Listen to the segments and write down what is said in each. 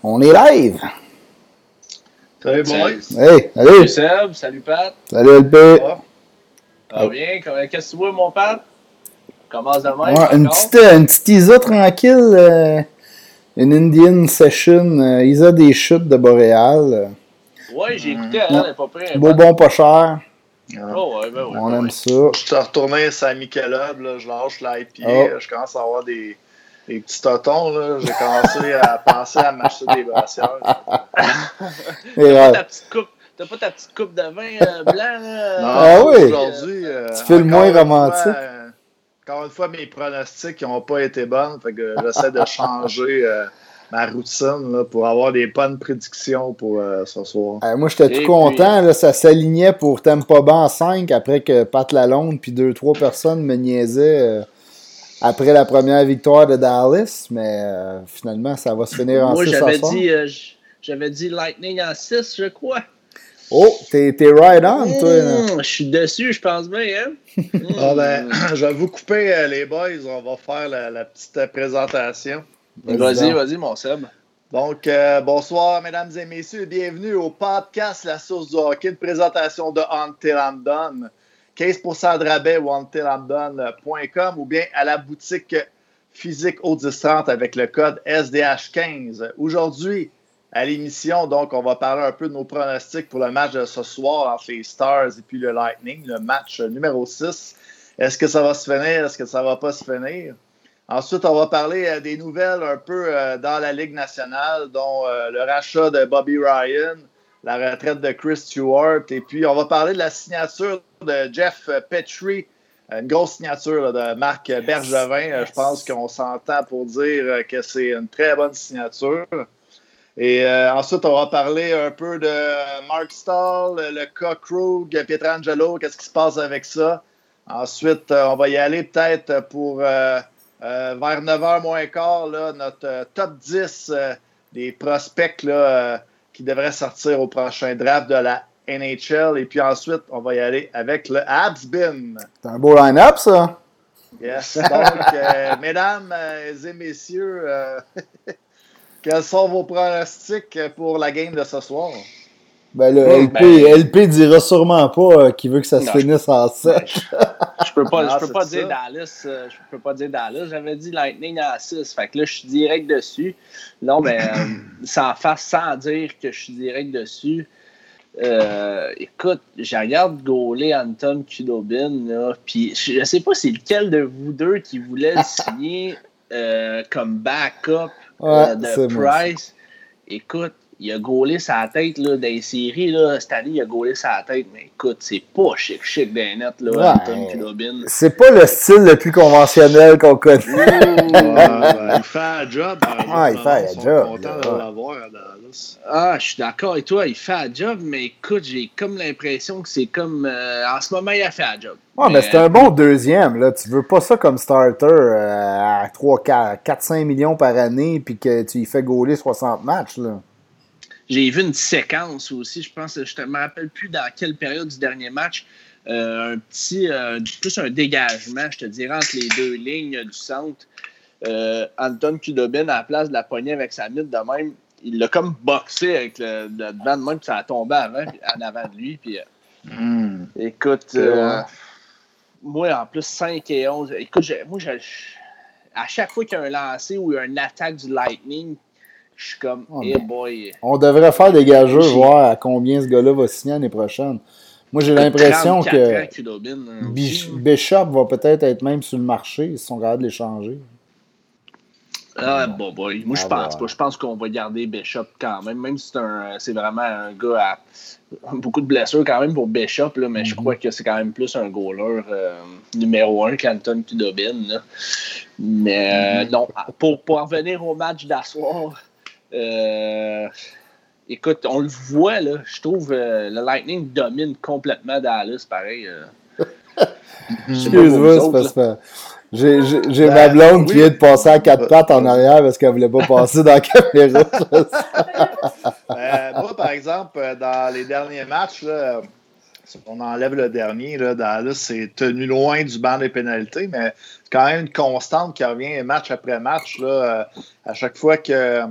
On est live! Salut, boys! Hey, salut! Salut Seb, salut Pat! Salut LP! Ça va bien? Qu'est-ce que tu vois, mon Pat? Commence demain, Ouais, une petite ISA tranquille, une Indian Session, ISA des chutes de Boréal. Ouais, j'ai écouté, elle est pas prête. Beau, bon, pas cher. Oh, ouais, ben oui. On aime ça. Je suis retourné sur la Michelob, là, je lâche l'IPA, je commence à avoir des petits totons, là. J'ai commencé à penser à m'acheter des brassières. T'as pas ta petite coupe de vin blanc, là? Non, Ah oui. Aujourd'hui, tu fais le moins romantique. Encore une fois, mes pronostics n'ont pas été bons, fait que j'essaie de changer ma routine là, pour avoir des bonnes prédictions pour ce soir. Moi, j'étais tout content. Là, ça s'alignait pour Tampa Bay en 5 après que Pat Lalonde puis 2-3 personnes me niaisaient après la première victoire de Dallas. Mais finalement, ça va se finir en 6 à soir. J'avais dit Lightning en 6, je crois. Oh, t'es right on, toi. Je suis dessus, je pense bien. Hein? Je vais vous couper, les boys. On va faire la petite présentation. Vas-y, mon Seb. Donc, bonsoir, mesdames et messieurs. Bienvenue au podcast La Source du Hockey, une présentation de Until I'm Done. 15% de rabais au untilimdone.com ou bien à la boutique physique au 1030 avec le code SDH15. Aujourd'hui, à l'émission, donc, on va parler un peu de nos pronostics pour le match de ce soir entre les Stars et puis le Lightning, le match numéro 6. Est-ce que ça va se finir? Est-ce que ça va pas se finir? Ensuite, on va parler des nouvelles un peu dans la Ligue nationale, dont le rachat de Bobby Ryan, la retraite de Chris Stewart, et puis on va parler de la signature de Jeff Petrie, une grosse signature là, de Marc Bergevin. Je pense qu'on s'entend pour dire que c'est une très bonne signature. Et ensuite, on va parler un peu de Mark Stahl, le cas Krug, Pietrangelo, qu'est-ce qui se passe avec ça. Ensuite, on va y aller peut-être pour vers 9h moins quart, là, notre top 10 des prospects là, qui devraient sortir au prochain draft de la NHL. Et puis ensuite, on va y aller avec le Habs-Bin. C'est un beau line-up, ça. Yes. Donc, mesdames et messieurs... quels sont vos pronostics pour la game de ce soir? Ben, LP dira sûrement pas qu'il veut que ça se finisse en 7. Je peux pas dire Dallas. Je peux pas dire Dallas. J'avais dit Lightning en 6. Fait que là, je suis direct dessus. Non, mais sans dire que je suis direct dessus. Écoute, je regarde goaler Anton Khudobin, puis je sais pas c'est lequel de vous deux qui voulait le signer comme backup de Price. Écoute, il a gaulé sa tête là, dans les séries. Là, cette année, il a gaulé sa tête. Mais écoute, c'est pas chic des nets, là, Anton Khudobin. C'est pas le style le plus conventionnel qu'on connaît. Il fait un job. Il fait un job. Content de l'avoir à Dallas. Ah, je suis d'accord avec toi. Il fait un job, mais écoute, j'ai comme l'impression que c'est comme... en ce moment, il a fait un job. Mais c'est un bon deuxième. Là. Tu veux pas ça comme starter à 4-5 millions par année puis que tu y fais gauler 60 matchs, là. J'ai vu une séquence aussi, je pense, je ne me rappelle plus dans quelle période du dernier match, plus un dégagement, je te dirais, entre les deux lignes du centre. Anton Khudobin, à la place de la poignée avec sa mythe de même, il l'a comme boxé avec le devant de même, puis ça a tombé en avant de lui. Puis, écoute, moi, en plus, 5 et 11, écoute, à chaque fois qu'il y a un lancer ou une attaque du Lightning, je suis comme, boy. On devrait faire des gageux, voir à combien ce gars-là va signer l'année prochaine. Moi, j'ai l'impression que Bishop va peut-être être même sur le marché. Ils sont capables de l'échanger. Boy. Moi, je pense pas. Je pense qu'on va garder Bishop quand même si c'est vraiment un gars à beaucoup de blessures quand même pour Bishop, là, mais je crois que c'est quand même plus un goaler numéro 1 qu'Anton Khudobin. Là. Mais non, pour en revenir au match d'asseoir, écoute, on le voit, là, je trouve le Lightning domine complètement Dallas, pareil. Excuse-moi, c'est parce que j'ai ma blonde qui vient de passer à 4 pattes en arrière parce qu'elle voulait pas passer dans la caméra. Moi, par exemple, dans les derniers matchs, là, si on enlève le dernier, là, Dallas s'est tenu loin du banc des pénalités, mais c'est quand même une constante qui revient match après match. Là, à chaque fois que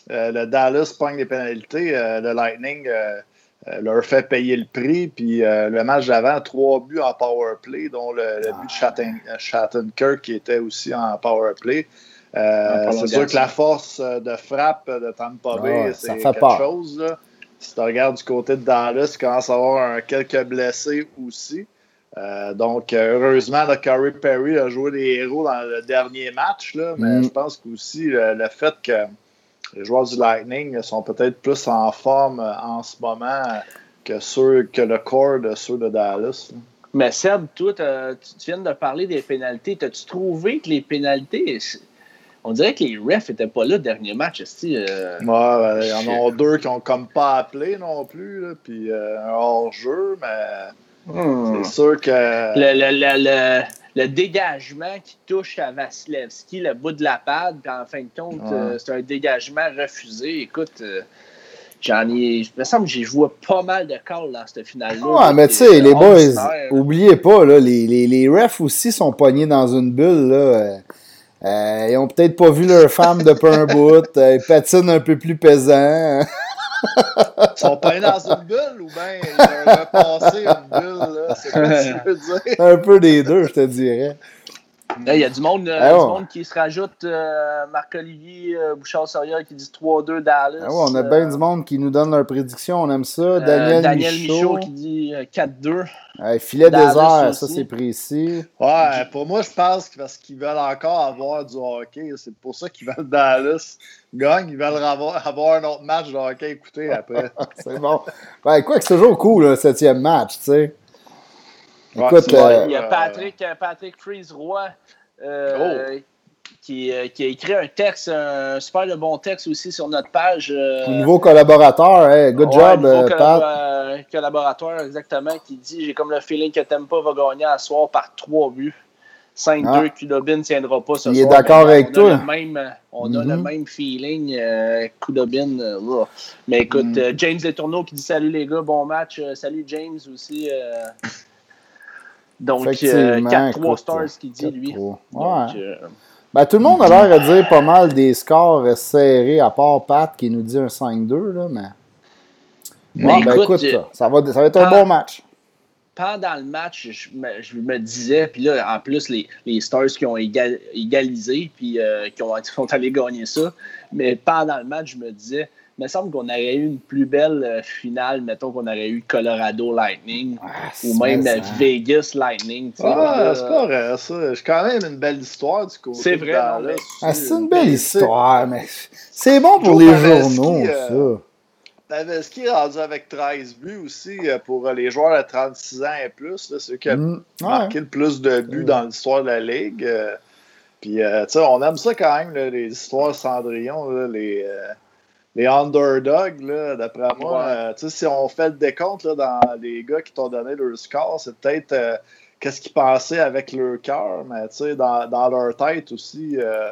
le Dallas pogne des pénalités, le Lightning leur fait payer le prix. Puis le match d'avant, 3 buts en power play, dont le but de Shattenkirk qui était aussi en power play. C'est sûr que la force de frappe de Tampa Bay, c'est quelque chose. Là. Si tu regardes du côté de Dallas, il commence à avoir quelques blessés aussi. Donc, heureusement, Corey Perry a joué les héros dans le dernier match, là, mais je pense qu'aussi le fait que les joueurs du Lightning sont peut-être plus en forme en ce moment que le corps de ceux de Dallas. Là. Mais Seb, toi, tu viens de parler des pénalités. As-tu trouvé que les pénalités... On dirait que les refs n'étaient pas là le dernier match. Il y en a 2 qui n'ont comme pas appelé non plus. Là, puis un hors-jeu, mais c'est sûr que... Le dégagement qui touche à Vasilevski, le bout de la pad, puis en fin de compte, c'est un dégagement refusé. Écoute, il me semble que j'ai joué pas mal de calls dans cette finale-là. Ouais, mais tu sais, les boys, oubliez pas, là, les refs aussi sont pognés dans une bulle, là. Ils ont peut-être pas vu leur femme depuis un bout. Ils patinent un peu plus pesant. Ils sont pas dans une bulle ou bien ils ont repassé une bulle? Là? C'est quoi que tu veux dire? Un peu des deux, je te dirais. Il y a du monde, qui se rajoute. Marc-Olivier Bouchard-Soria qui dit 3-2 Dallas. On a bien du monde qui nous donne leurs prédictions. On aime ça. Daniel Michaud qui dit 4-2. Filet désert, ça c'est précis. Ouais, pour moi, je pense que parce qu'ils veulent encore avoir du hockey. C'est pour ça qu'ils veulent Dallas gagne. Ils veulent avoir un autre match de hockey à écouter après. C'est bon. Ben, quoi que c'est toujours cool, le 7e match, tu sais. Écoute, il y a Patrick Freeze-Roy qui a écrit un texte, un super de bon texte aussi sur notre page. Nouveau collaborateur, good job, Pat. Collaborateur, exactement, qui dit « J'ai comme le feeling que Tampa va gagner à soir par 3 buts. 5-2, Khudobin ne tiendra pas ce soir. » Il est d'accord avec toi. On a le même feeling, Khudobin. Mais écoute, James Letourneau qui dit « Salut les gars, bon match. » Salut James aussi. Donc, 4-3 stars qui dit, lui. Donc, tout le monde a l'air de dire pas mal des scores serrés, à part Pat qui nous dit un 5-2, là, mais écoute, ça va être un bon match. Pendant le match, je me disais, puis là, en plus, les Stars qui ont égalisé, puis qui sont allés gagner ça, mais pendant le match, je me disais, il me semble qu'on aurait eu une plus belle finale, mettons qu'on aurait eu Colorado Lightning ou même Vegas Lightning. C'est pas vrai, ça. C'est quand même une belle histoire du côté. C'est vrai. C'est une belle histoire, mais c'est bon pour les journaux, ça. Pavelski est rendu avec 13 buts aussi pour les joueurs de 36 ans et plus. C'est eux qui ont marqué le plus de buts dans l'histoire de la Ligue. Puis, tu sais, on aime ça quand même, là, les histoires Cendrillon, là, les underdogs, là, d'après moi. Tu sais, si on fait le décompte là, dans les gars qui t'ont donné leur score, c'est peut-être qu'est-ce qu'ils pensaient avec leur cœur, mais tu sais, dans leur tête aussi,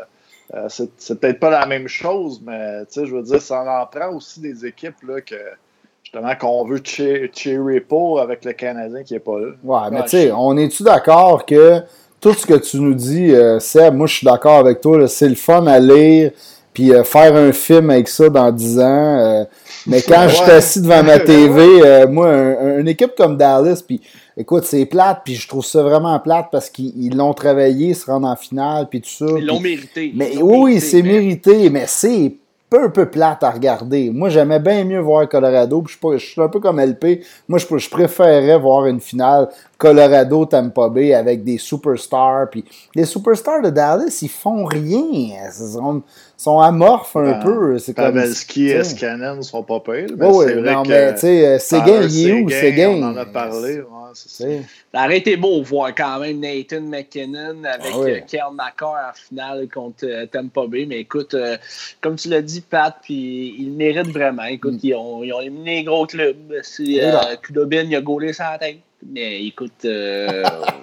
c'est peut-être pas la même chose, mais tu sais, je veux dire, ça en prend aussi des équipes là, que justement qu'on veut cheerer pour avec le Canadien qui n'est pas là. Ouais, mais tu sais, on est-tu d'accord que tout ce que tu nous dis, Seb, moi je suis d'accord avec toi, là, c'est le fun à lire. Puis faire un film avec ça dans 10 ans. Mais quand je suis assis devant ma TV, moi, une équipe comme Dallas, puis écoute, c'est plate, puis je trouve ça vraiment plate parce qu'ils l'ont travaillé, se rendre en finale, puis tout ça. Ils l'ont mérité. Mais oui, c'est mérité, mais c'est un peu plate à regarder. Moi, j'aimais bien mieux voir Colorado, puis je suis un peu comme LP. Moi, je préférerais voir une finale Colorado-Tampa Bay avec des superstars. Puis les superstars de Dallas, ils font rien. Ils sont amorphes un peu. Pavelski et Scannon ne sont pas pires. Oui, non, mais tu sais, Seguin, il est où, Seguin? On en a parlé, c'est ça. Ça aurait été beau voir quand même Nathan McKinnon avec Kyle McCarr en finale contre Tampa Bay. Mais écoute, comme tu l'as dit, Pat, puis ils méritent vraiment. Écoute, ils ont éliminé les gros clubs. Khudobin, il a gaulé sa tête. Mais écoute, j'ai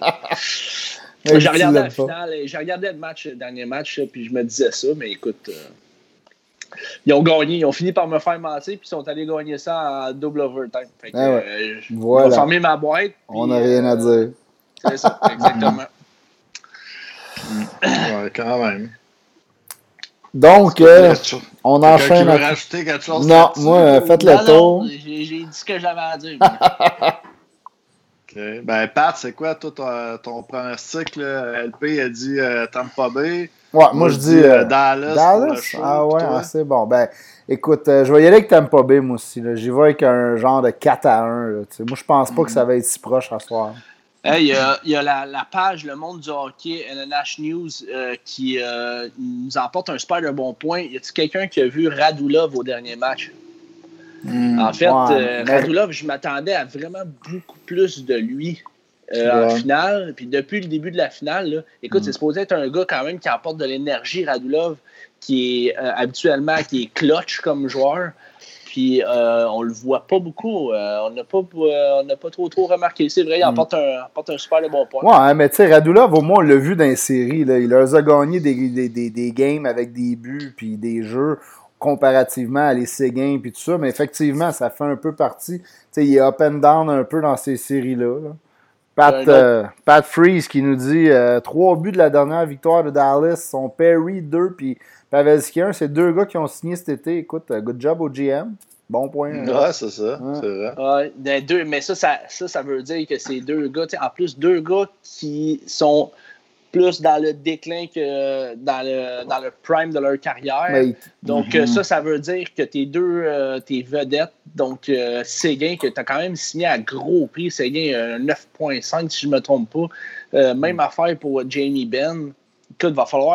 regardé la finale, j'ai regardé le dernier match, puis je me disais ça, mais écoute, ils ont gagné, ils ont fini par me faire mentir, puis ils sont allés gagner ça en double overtime. Fait que, je vais fermer ma boîte. Puis, on n'a rien à dire. C'est ça, exactement. Ouais, quand même. Donc, on enchaîne. Qui veut rajouter quelque chose? Non, moi, faites le tour. J'ai dit ce que j'avais à dire. OK. Ben, Pat, c'est quoi, toi, ton pronostic? LP a dit Tampa Bay. Ouais, moi je dis Dallas. Dallas? Show, ah ouais, c'est bon. Ben, écoute, je vais y aller avec Tampa Bay, moi aussi. J'y vais avec un genre de 4-1. Là, moi, je pense pas que ça va être si proche à soir. Il y a la page Le Monde du hockey, LNH News, qui nous emporte un super de bon point. Y a-t-il quelqu'un qui a vu Radulov au dernier match? En fait, Radulov, je m'attendais à vraiment beaucoup plus de lui en finale. Puis depuis le début de la finale, là, écoute, c'est supposé être un gars quand même qui apporte de l'énergie, Radulov, qui est habituellement qui est clutch comme joueur. Puis on le voit pas beaucoup. On n'a pas trop remarqué. C'est vrai, il apporte un super bon point. Ouais, mais tu sais, Radulov, au moins, on l'a vu dans les séries. Là. Il leur a gagné des games avec des buts puis des jeux comparativement à les Séguins puis tout ça. Mais effectivement, ça fait un peu partie. Tu sais, il est up and down un peu dans ces séries-là. Là. Pat Freeze qui nous dit 3 buts de la dernière victoire de Dallas sont Perry 2 puis Pavelski 1. C'est 2 gars qui ont signé cet été. Écoute, good job au GM. Bon point. Ouais, c'est ça. Ouais. C'est vrai. Ouais, mais ça veut dire que c'est 2 gars. En plus, 2 gars qui sont plus dans le déclin que dans le prime de leur carrière. Mais, donc, ça veut dire que tes vedettes, donc Séguin, que tu as quand même signé à gros prix, Séguin 9,5 si je ne me trompe pas. Même affaire pour Jamie Benn. Écoute, va falloir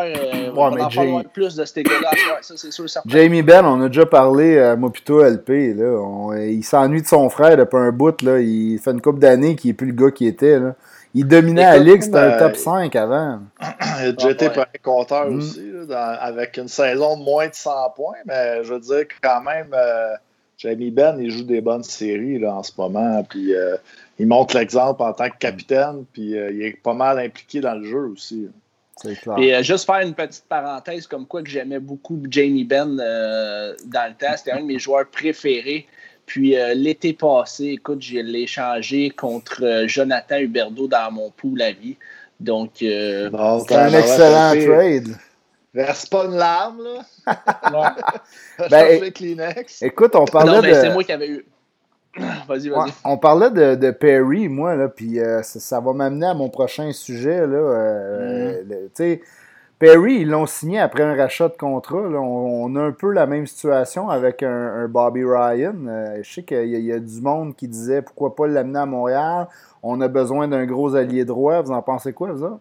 plus de ces gars-là. Ça, c'est sûr, certain. Jamie Benn, on a déjà parlé, moi plutôt LP. Là, il s'ennuie de son frère depuis un bout. Là, il fait une couple d'années qu'il n'est plus le gars qu'il était. Là. Il dominait la Ligue, c'était un top 5 avant. Il a déjà été premier compteur aussi, là, avec une saison de moins de 100 points, mais je veux dire quand même, Jamie Benn, il joue des bonnes séries là, en ce moment, puis il montre l'exemple en tant que capitaine, puis il est pas mal impliqué dans le jeu aussi. Là. C'est clair. Et juste faire une petite parenthèse, comme quoi que j'aimais beaucoup Jamie Benn dans le temps, c'était un de mes joueurs préférés. Puis l'été passé, écoute, je l'ai échangé contre Jonathan Huberdeau dans mon pool à vie. Donc, c'est un excellent trade. Verse pas une larme, là. Ben, Kleenex. Écoute, on parlait de... c'est moi qui avais eu... Vas-y. Ouais, on parlait de Perry, moi, là, puis ça va m'amener à mon prochain sujet, là. Tu sais... Perry, ils l'ont signé après un rachat de contrat. Là. On a un peu la même situation avec un Bobby Ryan. Je sais qu'il y a du monde qui disait pourquoi pas l'amener à Montréal. On a besoin d'un gros allié droit. Vous en pensez quoi, ça?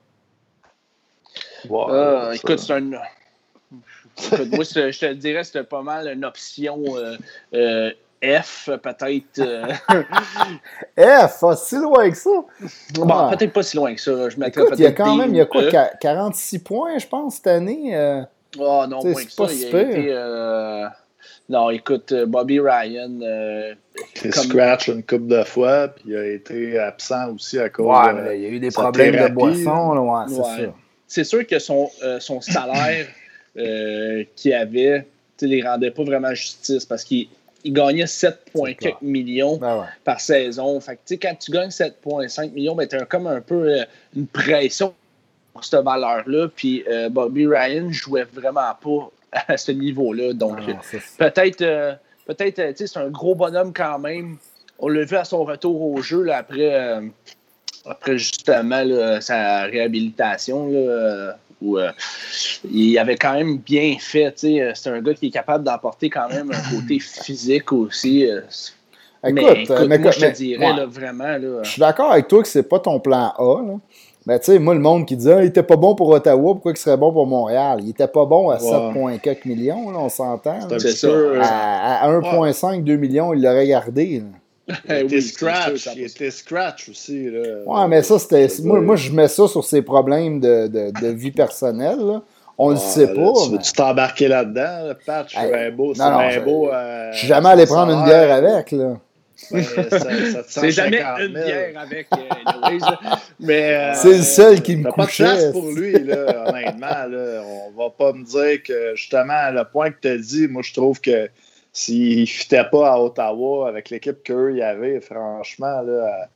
Wow, écoute, c'est un... moi, je te dirais que c'était pas mal une option F, peut-être. F, si loin que ça? Bon, peut-être pas si loin que ça. Je écoute, il y a quand même, il y a quoi, 46 points, je pense, cette année? Non, moins que ça. Il a été, non, écoute, Bobby Ryan... il scratch une couple de fois, puis il a été absent aussi à cause de il y a eu des problèmes de boisson. Là, c'est ça. C'est sûr que son salaire qu'il avait, ne les rendait pas vraiment justice, parce qu'il gagnait 7,4 millions par saison. Fait que, quand tu gagnes 7,5 millions, ben, tu as comme un peu une pression pour cette valeur-là. Puis Bobby Ryan jouait vraiment pas à ce niveau-là. Donc, peut-être c'est un gros bonhomme quand même. On l'a vu à son retour au jeu là, après justement là, sa réhabilitation. Là, où il avait quand même bien fait. C'est un gars qui est capable d'emporter quand même un côté physique aussi. Écoute, moi, je te dirais, là, vraiment... Là, je suis d'accord avec toi que c'est pas ton plan A. Là. Mais tu sais, moi, le monde qui dit il était pas bon pour Ottawa, pourquoi il serait bon pour Montréal? Il était pas bon à 7,4 millions, là, on s'entend. C'est sûr. À 1,5, 2 millions, il l'aurait gardé. Là. Il était scratch aussi. Là. Ouais, mais ça, c'était. Moi, je mets ça sur ses problèmes de vie personnelle. Là. On le sait pas. Tu t'embarquer là-dedans, le Pat? C'est bien beau. Je suis jamais allé prendre une bière avec. Là. C'est jamais une bière avec Louise. Mais c'est le seul qui me couchait. Pas de place pour lui, là, honnêtement. Là. On va pas me dire que, justement, le point que tu as dit, moi, je trouve que s'il ne fitait pas à Ottawa avec l'équipe qu'eux y avaient, franchement, là,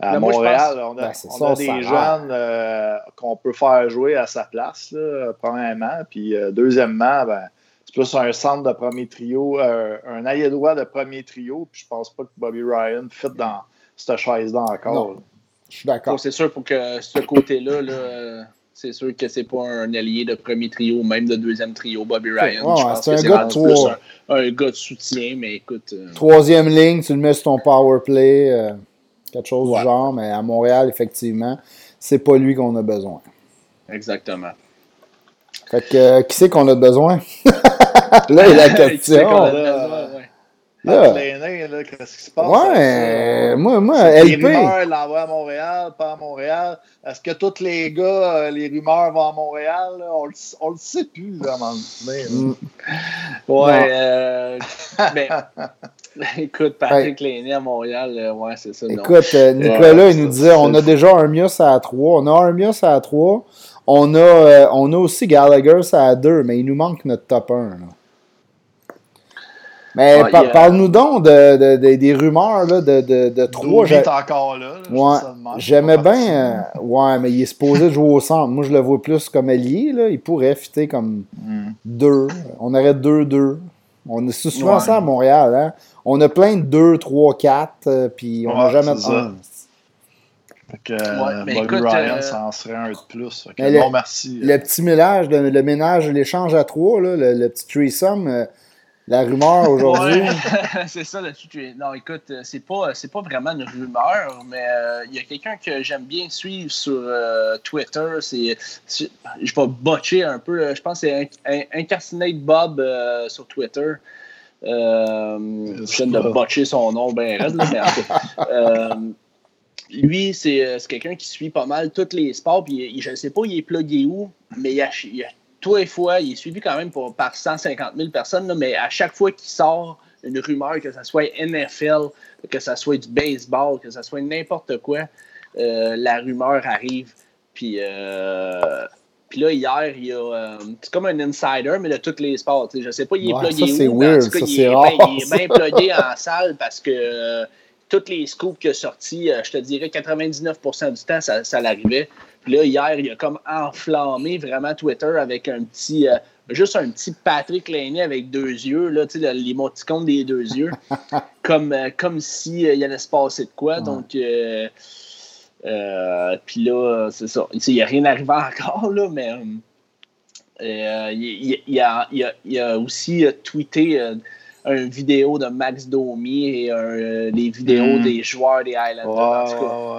À Montréal, on a des jeunes qu'on peut faire jouer à sa place, là, premièrement. Puis deuxièmement, c'est plus un centre de premier trio, un ailier droit de premier trio. Puis je pense pas que Bobby Ryan fit dans cette chaise-là encore. Non, je suis d'accord. C'est sûr pour que ce côté-là, c'est sûr que c'est pas un allié de premier trio, même de deuxième trio, Bobby Ryan. Je pense que c'est plus un gars de soutien, mais écoute... Troisième ligne, tu le mets sur ton power play, quelque chose du genre, mais à Montréal, effectivement, c'est pas lui qu'on a besoin. Exactement. Fait que, qui c'est qu'on a besoin? Là, il y a la question. Qui c'est qu'on a besoin, là, qu'est-ce qui se passe? Ouais, moi, LP. Les rumeurs l'envoient à Montréal, pas à Montréal. Est-ce que tous les gars, les rumeurs vont à Montréal? Là? On le sait plus, là, à un moment donné. Ouais, mais... Écoute, Patrick Lainé à Montréal, c'est ça. Écoute, Nicolas, il nous disait, on a déjà Armias à 3. On a Armias à 3. On a aussi Gallagher à 2, mais il nous manque notre top 1. Là. Mais parle-nous donc des rumeurs là, de 3. Il est encore là. J'aimais bien. Mais il est supposé jouer au centre. Moi, je le vois plus comme ailier. Là. Il pourrait fitter comme 2. On aurait 2-2. On est souvent ça à Montréal. Hein? On a plein de 2, 3, 4, puis on n'a jamais de 1. Bobby Ryan, ça en serait un de plus. Merci. Le petit ménage, le ménage, l'échange à 3, là, le petit threesome, la rumeur aujourd'hui. C'est ça, le threesome. Non, écoute, c'est pas vraiment une rumeur, mais il y a quelqu'un que j'aime bien suivre sur Twitter. Je vais botcher un peu. Je pense que c'est Incarcinate Bob sur Twitter. Je viens de botcher son nom bien raide, mais en fait, lui, c'est quelqu'un qui suit pas mal tous les sports. Puis je ne sais pas, il est plugué où, mais il a tous les fois, il est suivi quand même par 150 000 personnes, là, mais à chaque fois qu'il sort une rumeur, que ce soit NFL, que ce soit du baseball, que ce soit n'importe quoi, la rumeur arrive. Puis là, hier, il y a. C'est comme un insider, mais de tous les sports. Je ne sais pas, il est plugué où, mais en tout cas, il est bien plugué en salle parce que tous les scoops qu'il a sortis, je te dirais 99% du temps, ça l'arrivait. Puis là, hier, il a comme enflammé vraiment Twitter avec juste un petit Patrick Lainé avec 2 yeux, là, l'émoticône des 2 yeux, comme si il allait se passer de quoi. Donc, puis là, c'est ça. Il n'y a rien arrivé encore, là, mais il a aussi tweeté une vidéo de Max Domi et des vidéos des joueurs des Highlanders.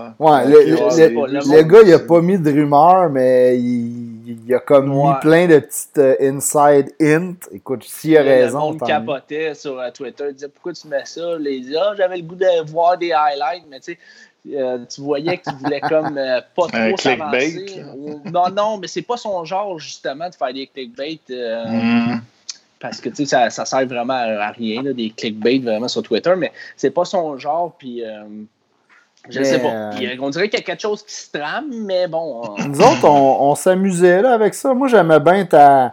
Le gars, il n'a pas mis de rumeur, mais il a comme mis plein de petites inside hint. Écoute, s'il y a raison. Le monde capotait sur Twitter, il disait pourquoi tu mets ça? Il disait j'avais le goût de voir des highlights, mais tu sais. Tu voyais qu'il voulait comme pas trop s'avancer. Non, mais c'est pas son genre justement de faire des clickbait. Parce que tu sais, ça sert vraiment à rien, là, des clickbait vraiment sur Twitter, mais c'est pas son genre, puis je sais pas. On dirait qu'il y a quelque chose qui se trame, mais bon. Nous autres, on s'amusait là, avec ça. Moi, j'aimais bien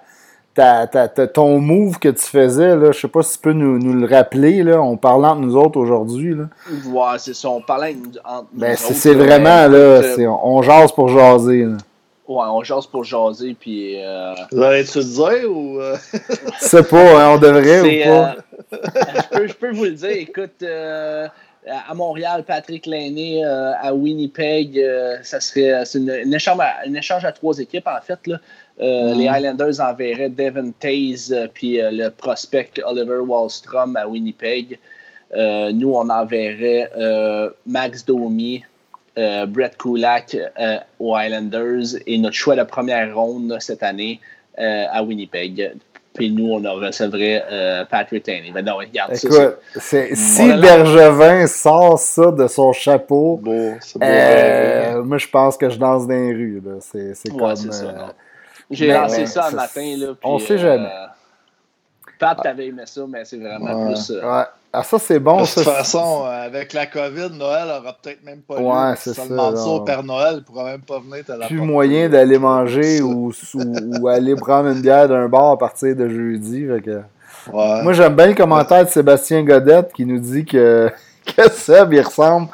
ton move que tu faisais. Là. Je sais pas si tu peux nous le rappeler. Là. On parlait entre nous autres aujourd'hui. Là. Ouais, c'est ça. On parlait entre nous autres. C'est vraiment, là, on jase pour jaser. Là. Ouais, on jase pour jaser, puis... Vous allez-tu le dire, ou... Je sais pas, hein, on devrait ou pas? Je peux vous le dire. Écoute, à Montréal, Patrick Lainé, à Winnipeg, ça serait... C'est un échange à 3 équipes, en fait, là. Les Highlanders enverraient Devin Taze, puis le prospect Oliver Wahlstrom à Winnipeg. Nous, on enverrait Max Domi, Brett Kulak aux Highlanders et notre choix de première ronde cette année à Winnipeg. Puis nous, on recevrait Patrick Lainé. Mais non, regarde. Écoute, si Bergevin sort ça de son chapeau, moi, je pense que je danse dans les rues. Là. C'est comme... c'est ça. J'ai lancé ça un matin. Là, puis, on sait jamais. Pat, t'avais aimé ça, mais c'est vraiment plus... Ah, ça, c'est bon. De toute façon, avec la COVID, Noël aura peut-être même pas lieu. Ouais, c'est ça. Demande ça au Père Noël, il pourra même pas venir. Plus moyen d'aller manger ou aller prendre une bière d'un bar à partir de jeudi. Fait que... Moi, j'aime bien le commentaire de Sébastien Godette qui nous dit que Seb, il ressemble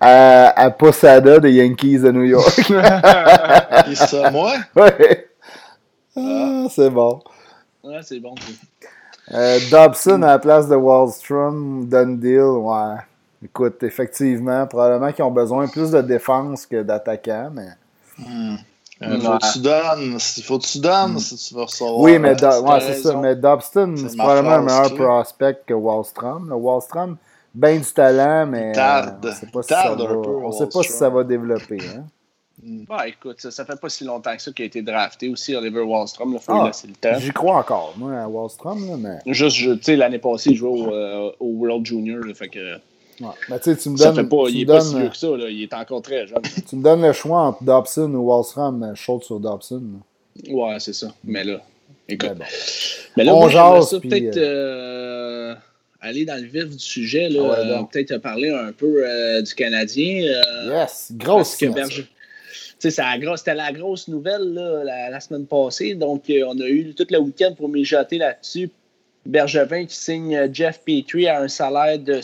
à Posada des Yankees de New York. C'est ça, moi? Ouais. Ah, c'est bon. Ouais, c'est bon. Dobson à la place de Wahlstrom, done deal, ouais. Écoute, effectivement, probablement qu'ils ont besoin plus de défense que d'attaquants, mais... Faut que tu donnes si tu veux recevoir. Oui, mais c'est ça. Mais Dobson, c'est probablement un meilleur prospect que Wahlstrom. Le Wahlstrom, bien du talent, mais on ne sait pas si ça va développer. Hein? Ouais, écoute, ça fait pas si longtemps que ça qu'il a été drafté aussi, Oliver Wahlstrom. Il faut lui laisser le temps. J'y crois encore, moi, à Wahlstrom. Là, mais... Juste, tu sais, l'année passée, il jouait au World Junior. Là, fait que... Ouais. Mais tu me donnes. Il est pas si vieux que ça, là. Il est encore très jeune. Tu me donnes le choix entre Dobson ou Wahlstrom, je saute sur Dobson. Là. Ouais, c'est ça. Mais là, écoute. Mais là, on jase, peut-être aller dans le vif du sujet, là, peut-être parler un peu du Canadien. Yes, grosse c'était la grosse nouvelle là, la semaine passée. Donc, on a eu tout le week-end pour mijoter là-dessus. Bergevin qui signe Jeff Petrie à un salaire de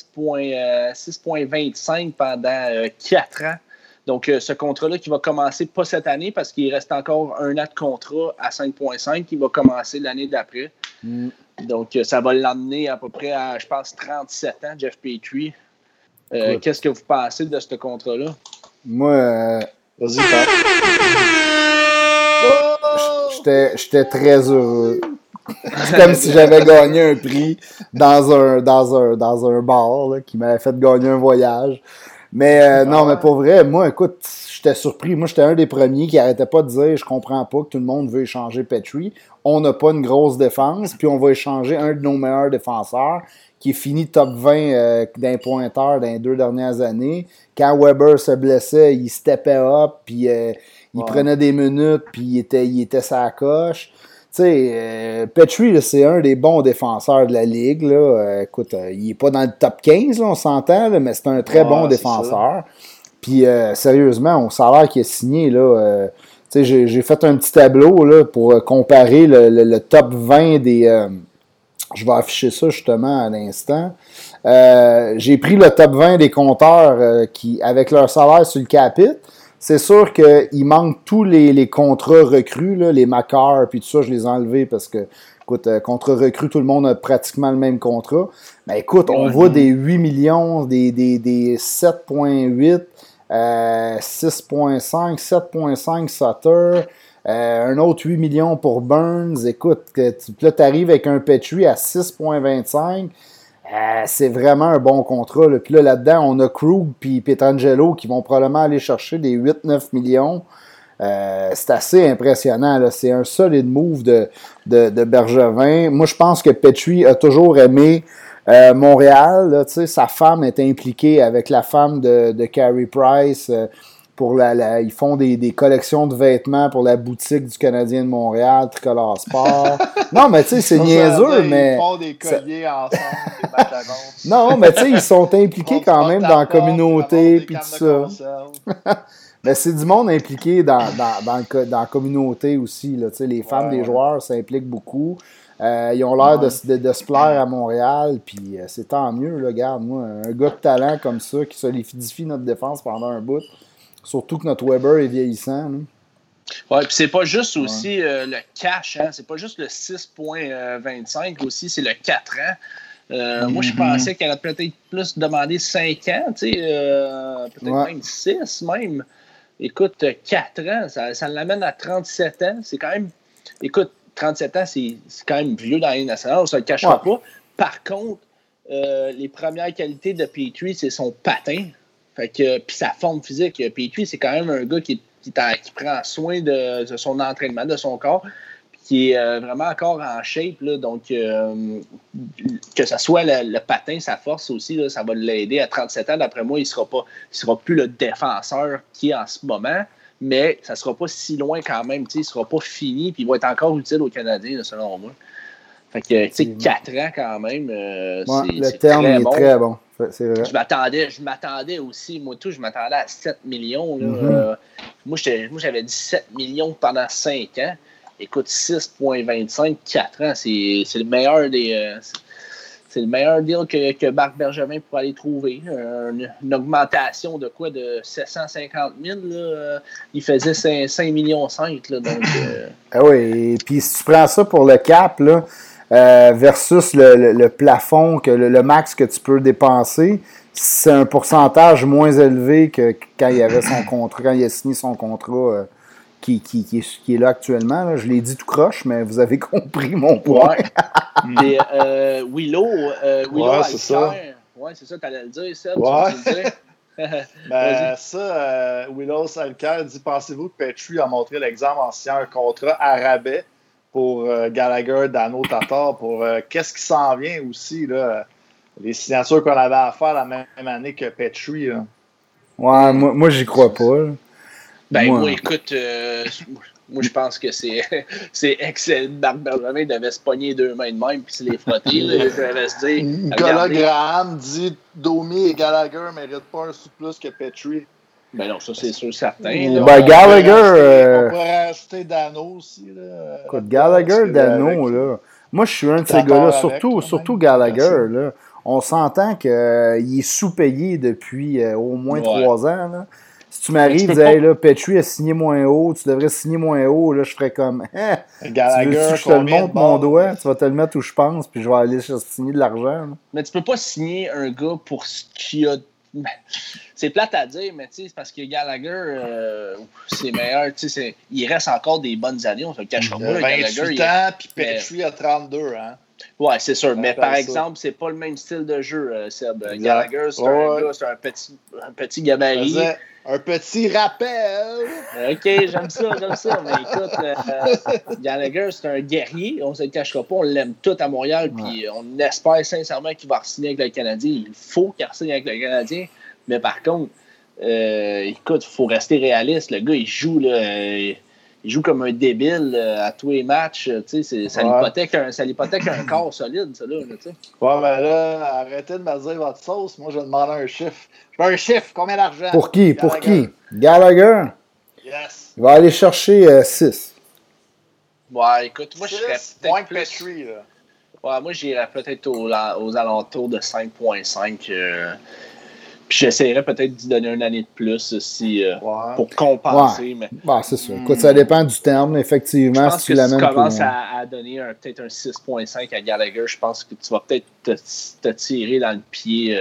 6,25 pendant 4 ans. Donc, ce contrat-là qui va commencer pas cette année parce qu'il reste encore un an de contrat à 5,5 qui va commencer l'année d'après. Donc, ça va l'emmener à peu près à, je pense, 37 ans, Jeff Petrie. Qu'est-ce que vous pensez de ce contrat-là? Moi, vas-y, Pat. J'étais très heureux. C'est comme si j'avais gagné un prix dans un bar là, qui m'avait fait gagner un voyage. Mais non, mais pour vrai, moi, écoute, j'étais surpris. Moi, j'étais un des premiers qui arrêtait pas de dire « Je comprends pas que tout le monde veut échanger Petrie. On n'a pas une grosse défense, puis on va échanger un de nos meilleurs défenseurs qui est fini top 20 d'un pointeur dans les 2 dernières années. Quand Weber se blessait, il steppait up, puis il prenait des minutes, puis il était sa coche. » Tu sais, Petrie, c'est un des bons défenseurs de la Ligue. Là. Écoute, il n'est pas dans le top 15, là, on s'entend, là, mais c'est un très bon défenseur. Puis, sérieusement, au salaire qu'il a signé, là, j'ai fait un petit tableau là, pour comparer le top 20 des... je vais afficher ça justement à l'instant. J'ai pris le top 20 des compteurs qui, avec leur salaire sur le capite. C'est sûr qu'il manque tous les contrats recrues, là, les Makar, puis tout ça, je les ai enlevés parce que, écoute, contrat recru, tout le monde a pratiquement le même contrat. Mais écoute, on voit des 8 millions, des 7,8, 6,5, 7,5 Sutter, un autre 8 millions pour Burns. Écoute, là, tu arrives avec un Petrie à 6,25. C'est vraiment un bon contrat. Là. Puis là-dedans, on a Krug et Pietrangelo qui vont probablement aller chercher des 8-9 millions. C'est assez impressionnant. Là. C'est un solide move de Bergevin. Moi, je pense que Petrie a toujours aimé Montréal. Là, sa femme est impliquée avec la femme de Carey Price. Ils font des collections de vêtements pour la boutique du Canadien de Montréal, Tricolore Sport. Non, mais tu sais, c'est niaiseux, mais... Ils font des colliers ensemble, des macarons. Non, mais tu sais, ils sont impliqués quand même dans la communauté, puis tout ça. Mais c'est du monde impliqué dans la communauté aussi. Là, les femmes des joueurs s'impliquent beaucoup. Ils ont l'air de se plaire à Montréal, puis c'est tant mieux. Là, regarde, moi, un gars de talent comme ça qui solidifie notre défense pendant un bout. Surtout que notre Weber est vieillissant. Oui, puis c'est pas juste aussi le cash, hein? C'est pas juste le 6,25 aussi, c'est le 4 ans. Moi, je pensais qu'elle a peut-être plus demandé 5 ans, peut-être même 6 même. Écoute, 4 ans, ça l'amène à 37 ans. C'est quand même... Écoute, 37 ans, c'est quand même vieux dans l'année nationale, on ne se le cachera pas. Par contre, les premières qualités de Petrie, c'est son patin. Fait que, puis sa forme physique. Petrie, c'est quand même un gars qui prend soin de son entraînement, de son corps, puis qui est vraiment encore en shape. Là, donc, que ce soit le patin, sa force aussi, là, ça va l'aider. À 37 ans, d'après moi, il sera plus le défenseur qui est en ce moment, mais ça ne sera pas si loin quand même. Il ne sera pas fini, puis il va être encore utile aux Canadiens, là, selon moi. Fait que, tu sais, 4 ans quand même, le terme est très bon. C'est vrai. Je m'attendais aussi, moi tout, je m'attendais à 7 millions. Là. Moi, j'avais dit 7 millions pendant 5 ans. Écoute, 6,25, 4 ans, c'est le meilleur des... c'est le meilleur deal que Marc Bergevin pourrait aller trouver. Une augmentation de quoi? De 750 000, là, il faisait 5,5 millions. Là, donc, Ah oui, et puis si tu prends ça pour le cap, là, versus le plafond, le max que tu peux dépenser, c'est un pourcentage moins élevé que quand il avait son contrat, quand il a signé son contrat qui est là actuellement. Là. Je l'ai dit tout croche, mais vous avez compris mon point. Ouais. Et Willow c'est ça. Ouais, c'est ça, tu allais le dire, Seb. Ouais. Tu le Ben, ça, Willow Salker dit, pensez-vous que Petrie a montré l'exemple en signant un contrat à rabais pour Gallagher, Dano, Tatar, pour qu'est-ce qui s'en vient aussi, là, les signatures qu'on avait à faire la même année que Petrie. Là. Ouais, moi j'y crois pas. Là. Ben, moi écoute, moi, je pense que c'est excellent. Marc Bergevin devait se pogner les deux mains de même puis se les frotter. Là, il devait se dire. Nicolas Graham dit Domi et Gallagher ne méritent pas un sou plus que Petrie. Ben non, ça c'est sûr certain. Ben, Gallagher. On pourrait rajouter Dano aussi. Là, écoute, Gallagher, Dano, là. Moi, je suis un de ces gars-là, surtout Gallagher. Là. On s'entend qu'il est sous-payé depuis au moins 3 ans. Là. Si tu m'arrives et dis, hey, là, Petrie a signé moins haut, tu devrais signer moins haut, là, je ferais comme, Gallagher, tu veux que je te le montre mon doigt, tu vas te le mettre où je pense, puis je vais aller signer de l'argent. Là. Mais tu peux pas signer un gars pour ce qu'il a. C'est plate à dire, mais c'est parce que Gallagher, c'est meilleur. Il reste encore des bonnes années, on se le cachera pas. 28 ans, puis Petrie a 32 ans. Ouais, c'est sûr. Mais par exemple, c'est pas le même style de jeu, Seb. Gallagher, c'est un gars, c'est un petit gabarit. Un petit rappel. OK, j'aime ça. Mais écoute, Gallagher, c'est un guerrier. On ne se le cachera pas. On l'aime tout à Montréal. Puis on espère sincèrement qu'il va re-signer avec le Canadien. Il faut qu'il re-signe avec le Canadien. Mais par contre, écoute, il faut rester réaliste. Le gars, il joue comme un débile à tous les matchs. Ça l'hypothèque un corps solide, ça. Là, ouais, ben là, arrêtez de me dire votre sauce. Moi, je demande un chiffre. Je veux un chiffre. Combien d'argent? Pour qui? Pour qui? Gallagher? Yes. Il va aller chercher 6. Ouais, écoute, moi, je serais peut-être moins plus... Petrie, là. Ouais, moi, j'irais peut-être aux alentours de 5,5. Puis j'essaierais peut-être d'y donner une année de plus aussi pour compenser. Ouais. Mais... c'est sûr. Écoute, ça dépend du terme, effectivement. Je pense que si tu commences à donner peut-être un 6,5 à Gallagher, je pense que tu vas peut-être te tirer dans le pied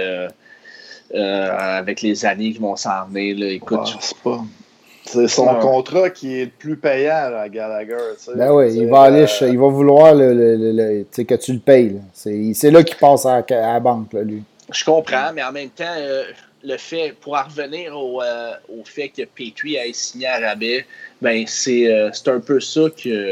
avec les années qui vont s'en venir. Là. Écoute, c'est son contrat qui est le plus payant là, à Gallagher. Ben oui, il va vouloir que tu le payes. Là. C'est là qu'il passe à la banque, là, lui. Je comprends, mais en même temps, le fait, pour en revenir au fait que Petrie ait signé à rabais, ben c'est un peu ça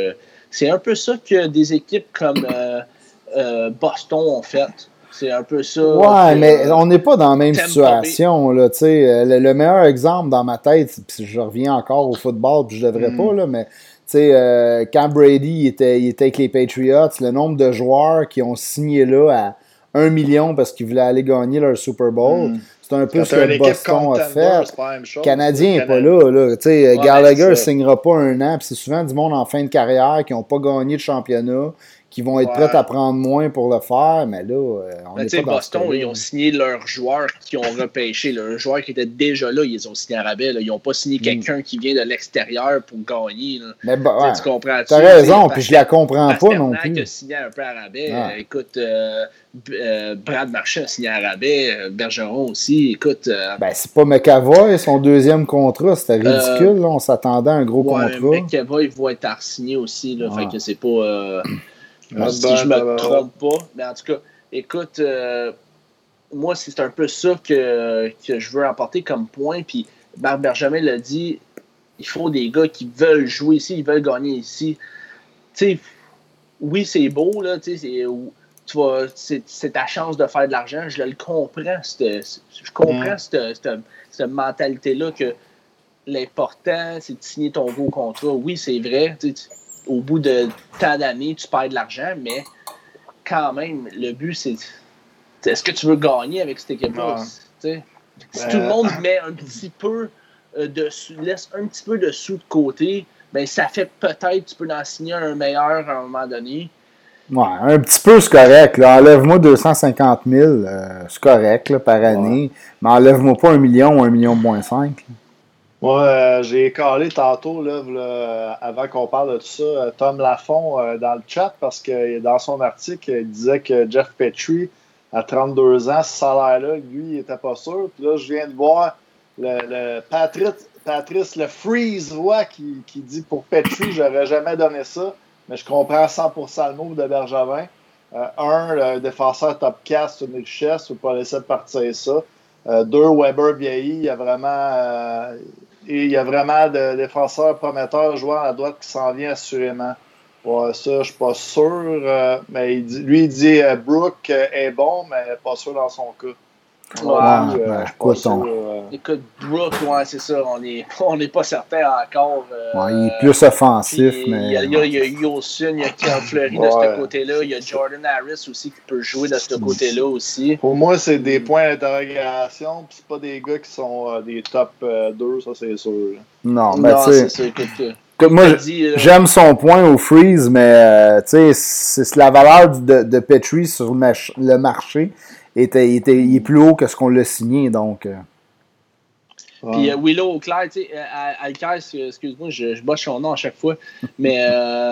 que des équipes comme Boston ont fait. C'est un peu ça. Ouais, mais on n'est pas dans la même situation. Là, le meilleur exemple dans ma tête, puis je reviens encore au football, puis je devrais pas, là, mais quand Brady était avec les Patriots, le nombre de joueurs qui ont signé là à 1 million parce qu'ils voulaient aller gagner leur Super Bowl. C'est un peu ce que Boston a fait. Le Canadien n'est pas là. Gallagher ne signera pas 1 an. C'est souvent du monde en fin de carrière qui n'ont pas gagné de championnat, qui vont être prêts à prendre moins pour le faire. Mais là, on n'est pas dans Boston, ils ont signé leurs joueurs qui ont repêché. Un joueur qui était déjà là, ils ont signé à rabais. Là. Ils n'ont pas signé quelqu'un qui vient de l'extérieur pour gagner. Là. Mais tu comprends? Tu as raison, puis je la comprends pas non plus. Qui a signé un peu à rabais. Écoute, Brad Marchand a signé à rabais. Bergeron aussi. Écoute. C'est pas McAvoy, son deuxième contrat. C'était ridicule. Là. On s'attendait à un gros contrat. McAvoy va être signé aussi. Là, fait que c'est pas. Si je me trompe pas. Mais en tout cas, écoute, moi, c'est un peu ça que je veux apporter comme point. Puis Marc Bergevin l'a dit, il faut des gars qui veulent jouer ici, ils veulent gagner ici. Tu sais, oui, c'est beau, là, c'est ta chance de faire de l'argent. Je le comprends. Je comprends cette mentalité-là que l'important, c'est de signer ton beau contrat. Oui, c'est vrai. Au bout de tant d'années, tu perds de l'argent, mais quand même, le but, c'est est-ce que tu veux gagner avec cette équipe-là? Si tout le monde met un petit peu laisse un petit peu de sous de côté, ben ça fait peut-être tu peux en signer un meilleur à un moment donné. Ouais, un petit peu, c'est correct. Là. Enlève-moi 250 000, c'est correct là, par année. Ouais. Mais enlève-moi pas 1 million ou 1,5 million. Moi, j'ai calé tantôt, là, avant qu'on parle de tout ça, Tom Lafont dans le chat, parce que dans son article, il disait que Jeff Petrie, à 32 ans, ce salaire-là, lui, il n'était pas sûr. Puis là, je viens de voir le Patrice Le Freeze Roy qui dit pour Petrie, j'aurais jamais donné ça, mais je comprends 100% le move de Bergevin. Le défenseur top 4, c'est une richesse, il ne faut pas laisser partir ça. 2, Weber vieilli, il y a vraiment de défenseurs prometteurs joueurs à droite qui s'en vient assurément. Ouais, ça, je ne suis pas sûr. Mais il dit Brooke est bon, mais pas sûr dans son cas. Écoute, Brooke, ouais, c'est ça. On n'est pas certain encore. Il est plus offensif. Mais... Il y a Yosun, il y a Carl Fleury de ce côté-là. Il y a Jordan Harris aussi qui peut jouer de ce côté-là aussi. Pour moi, c'est des points d'interrogation. Puis c'est pas des gars qui sont des top 2, ça c'est sûr. Non, mais c'est ça. Écoute, moi, j'aime son point au Freeze, mais c'est la valeur de Petrie sur le marché. Il est plus haut que ce qu'on l'a signé, donc... Puis Willow Auclair, tu sais, Alcaire, excuse-moi, je botche son nom à chaque fois, mais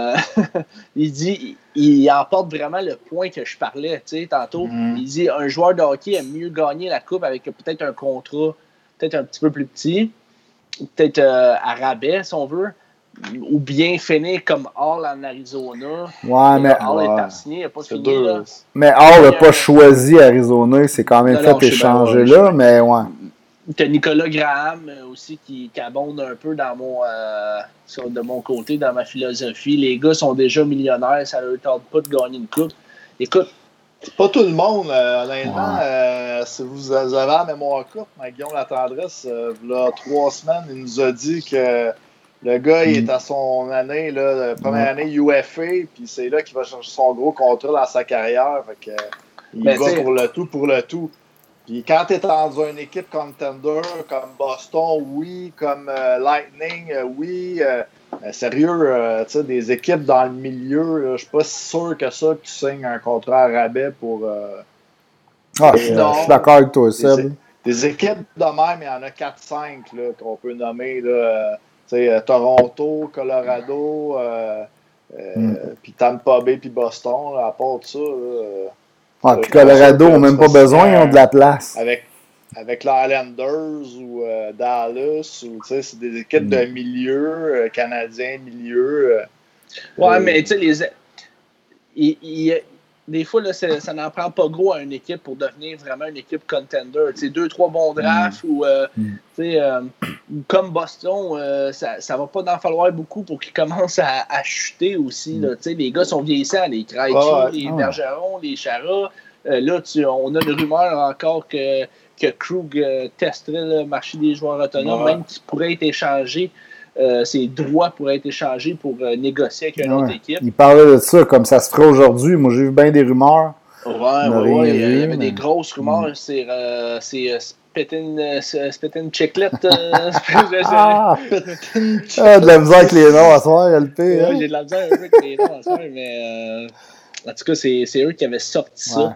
il emporte vraiment le point que je parlais, tu sais, tantôt. Il dit, un joueur de hockey aime mieux gagner la coupe avec peut-être un contrat peut-être un petit peu plus petit, peut-être à rabais, si on veut, ou bien finir comme Hall en Arizona. Ouais, mais Hall est pas signé, il n'a pas fini. Là. Mais Hall n'a pas choisi Arizona, il s'est quand même fait échanger là, mais ouais. Tu as Nicolas Graham aussi qui abonde un peu de mon côté, dans ma philosophie. Les gars sont déjà millionnaires, ça ne leur tente pas de gagner une coupe. Écoute, c'est pas tout le monde, honnêtement. Si vous avez la mémoire courte, Guillaume Latendresse, il y a 3 semaines, il nous a dit que le gars, il est à son année, là, première année UFA, puis c'est là qu'il va chercher son gros contrat dans sa carrière. Fait que, il va pour le tout. Puis quand tu es dans une équipe contender comme Boston, oui, comme Lightning, oui. Sérieux, tu sais, des équipes dans le milieu, je suis pas si sûr que ça que tu signes un contrat à rabais pour... je suis d'accord avec toi, Seb. Des équipes de même, il y en a 4-5 qu'on peut nommer. Toronto, Colorado, puis Tampa Bay, puis Boston, là, à part de ça. Puis Colorado n'a même pas besoin, ils ont de la place. Avec les Islanders ou Dallas, c'est des équipes de milieu, canadiens, milieu. Mais tu sais, des fois, là, ça n'en prend pas gros à une équipe pour devenir vraiment une équipe contender. 2-3 bons drafts ou comme Boston, ça va pas en falloir beaucoup pour qu'ils commencent à chuter aussi. Là, les gars sont vieillissants, les Krejci, les Bergeron, les Chara. Là, on a une rumeur encore que Krug testerait le marché des joueurs autonomes, même qu'il pourrait être échangé. Ses droits pourraient être échangés pour négocier avec une autre équipe. Il parlait de ça comme ça se ferait aujourd'hui. Moi, j'ai vu bien des rumeurs. Il y avait des grosses rumeurs. C'est Spittin Chiclet. De la misère avec les noms à soir, LP. J'ai de la misère avec les noms à soir, mais en tout cas, c'est eux qui avaient sorti ça.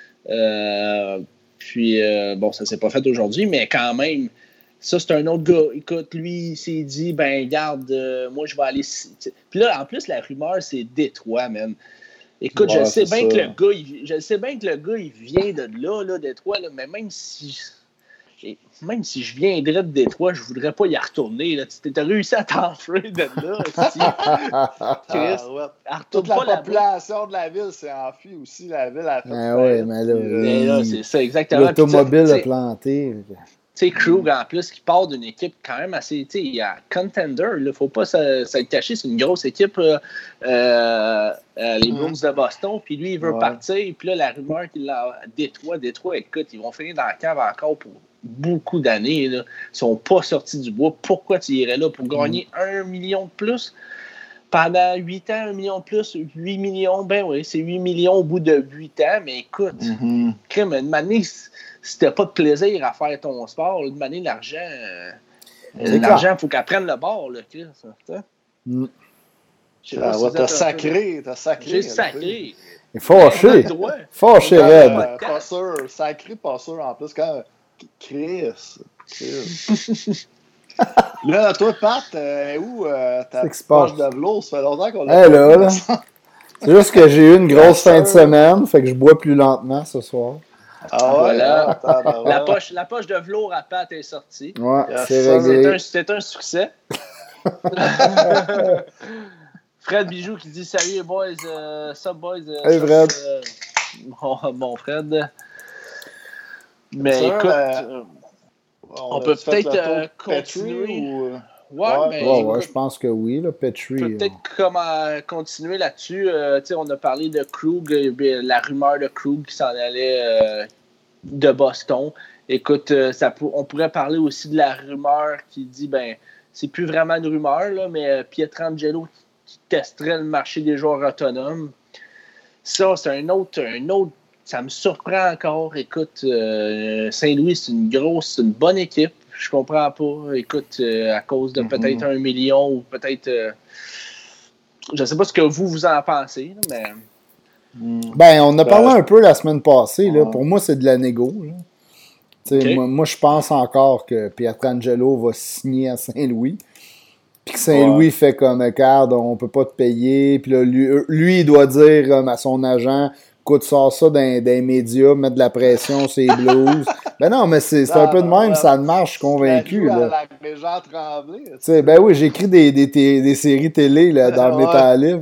Puis, ça s'est pas fait aujourd'hui, mais quand même, ça, c'est un autre gars. Écoute, lui, il s'est dit, regarde, moi, je vais aller... Puis là, en plus, la rumeur, c'est Détroit, man. Écoute, je sais bien que le gars, il vient de là, Détroit, là, mais même si je viendrais de Détroit, je voudrais pas y retourner. Tu as réussi à t'enfuir de là. Chris, toute la population de la ville s'est enfuie aussi. La ville a fait mais là, c'est ça, exactement. L'automobile a planté. Tu sais, Krug, en plus, qui part d'une équipe quand même assez... Tu sais, il y a Contender, il ne faut pas se le cacher, c'est une grosse équipe, les Bruins de Boston, puis lui, il veut partir, puis là, la rumeur qu'il a Détroit, écoute, ils vont finir dans la cave encore pour beaucoup d'années, là. Ils sont pas sortis du bois. Pourquoi tu irais là? Pour gagner 1 million de plus? Pendant 8 ans, 1 million de plus, 8 millions, ben oui, c'est 8 millions au bout de 8 ans, mais écoute, crème, une année... Si t'as pas de plaisir à faire ton sport, de manier l'argent, il faut qu'elle prenne le bord, là, Chris. T'as sacré. J'ai sacré. Il est fâché. Fâché, Red. Pas sûr. Sacré pas sûr en plus. Quand Chris. Là, toi, Pat, où ta poche de velours? Ça fait longtemps qu'on l'a là. C'est juste que j'ai eu une grosse fin de semaine, fait que je bois plus lentement ce soir. Ah ouais, voilà. La poche de velours à Pat est sortie. Ouais, c'est un succès. Fred Bijoux qui dit salut boys, sup boys. Hey Fred. Bon Fred. Mais écoute, on peut peut-être continuer. Ouais, je pense que oui, là, Petrie. On peut peut-être continuer là-dessus. On a parlé de Krug, la rumeur de Krug qui s'en allait de Boston. Écoute, on pourrait parler aussi de la rumeur qui dit, c'est plus vraiment une rumeur, là, mais Pietrangelo qui testerait le marché des joueurs autonomes. Ça, c'est un autre. Ça me surprend encore. Écoute, Saint-Louis, c'est une bonne équipe. Je comprends pas. Écoute, à cause de peut-être 1 million ou peut-être. Je ne sais pas ce que vous en pensez, mais. On a parlé un peu la semaine passée. Là. Pour moi, c'est de la négo. Okay. Moi, je pense encore que Pietrangelo va signer à Saint-Louis. Puis que Saint-Louis fait comme, regarde, on peut pas te payer. Puis là, lui, il doit dire à son agent, écoute, sors ça dans les médias, mettre de la pression sur les Blues. Non, mais c'est un peu de même, ça marche, je suis convaincu. Là. Les gens tremblés. Oui, j'écris des séries télé là, dans le Métal Livre.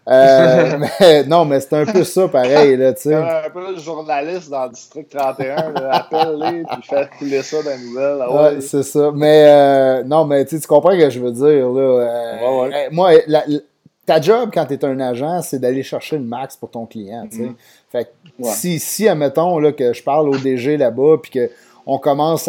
Mais c'est un peu ça pareil. Là, un peu le journaliste dans le District 31, appelle-les puis fait couler ça dans les nouvelles. Ouais, c'est ça. Mais non, mais tu comprends ce que je veux dire. Là, moi, ta job quand tu es un agent, c'est d'aller chercher le max pour ton client. Fait que si, admettons, là, que je parle au DG là-bas, puis qu'on commence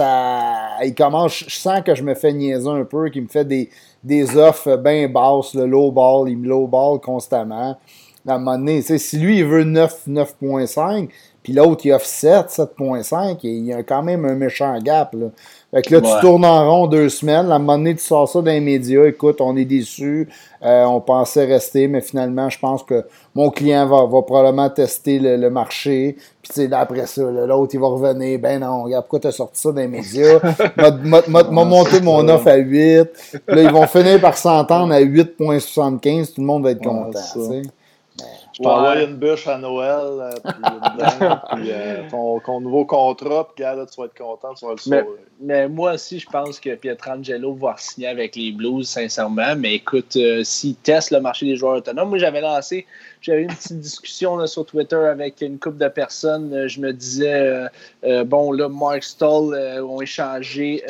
je sens que je me fais niaiser un peu, qu'il me fait des offres bien basses, le low ball, il me low ball constamment. À un moment donné, si lui, il veut 9.5, puis l'autre, il offre 7.5, il y a quand même un méchant gap. Là. Fait que là, tu tournes en rond 2 semaines. À un moment donné, tu sors ça dans les médias. Écoute, on est déçus. On pensait rester, mais finalement, je pense que mon client va probablement tester le marché. Puis, après ça, l'autre, il va revenir. Non, regarde, pourquoi tu as sorti ça dans les médias? M'a monté mon offre à 8. Là, ils vont finir par s'entendre à 8.75. Tout le monde va être content. Je t'envoie une bûche à Noël, puis ton nouveau contrat, puis là, tu vas être content, tu vas le sauver. Mais moi aussi, je pense que Pietrangelo va signer avec les Blues, sincèrement. Mais écoute, s'il teste le marché des joueurs autonomes, moi, j'avais eu une petite discussion là, sur Twitter avec une couple de personnes. Je me disais, Mark Stahl ont échangé...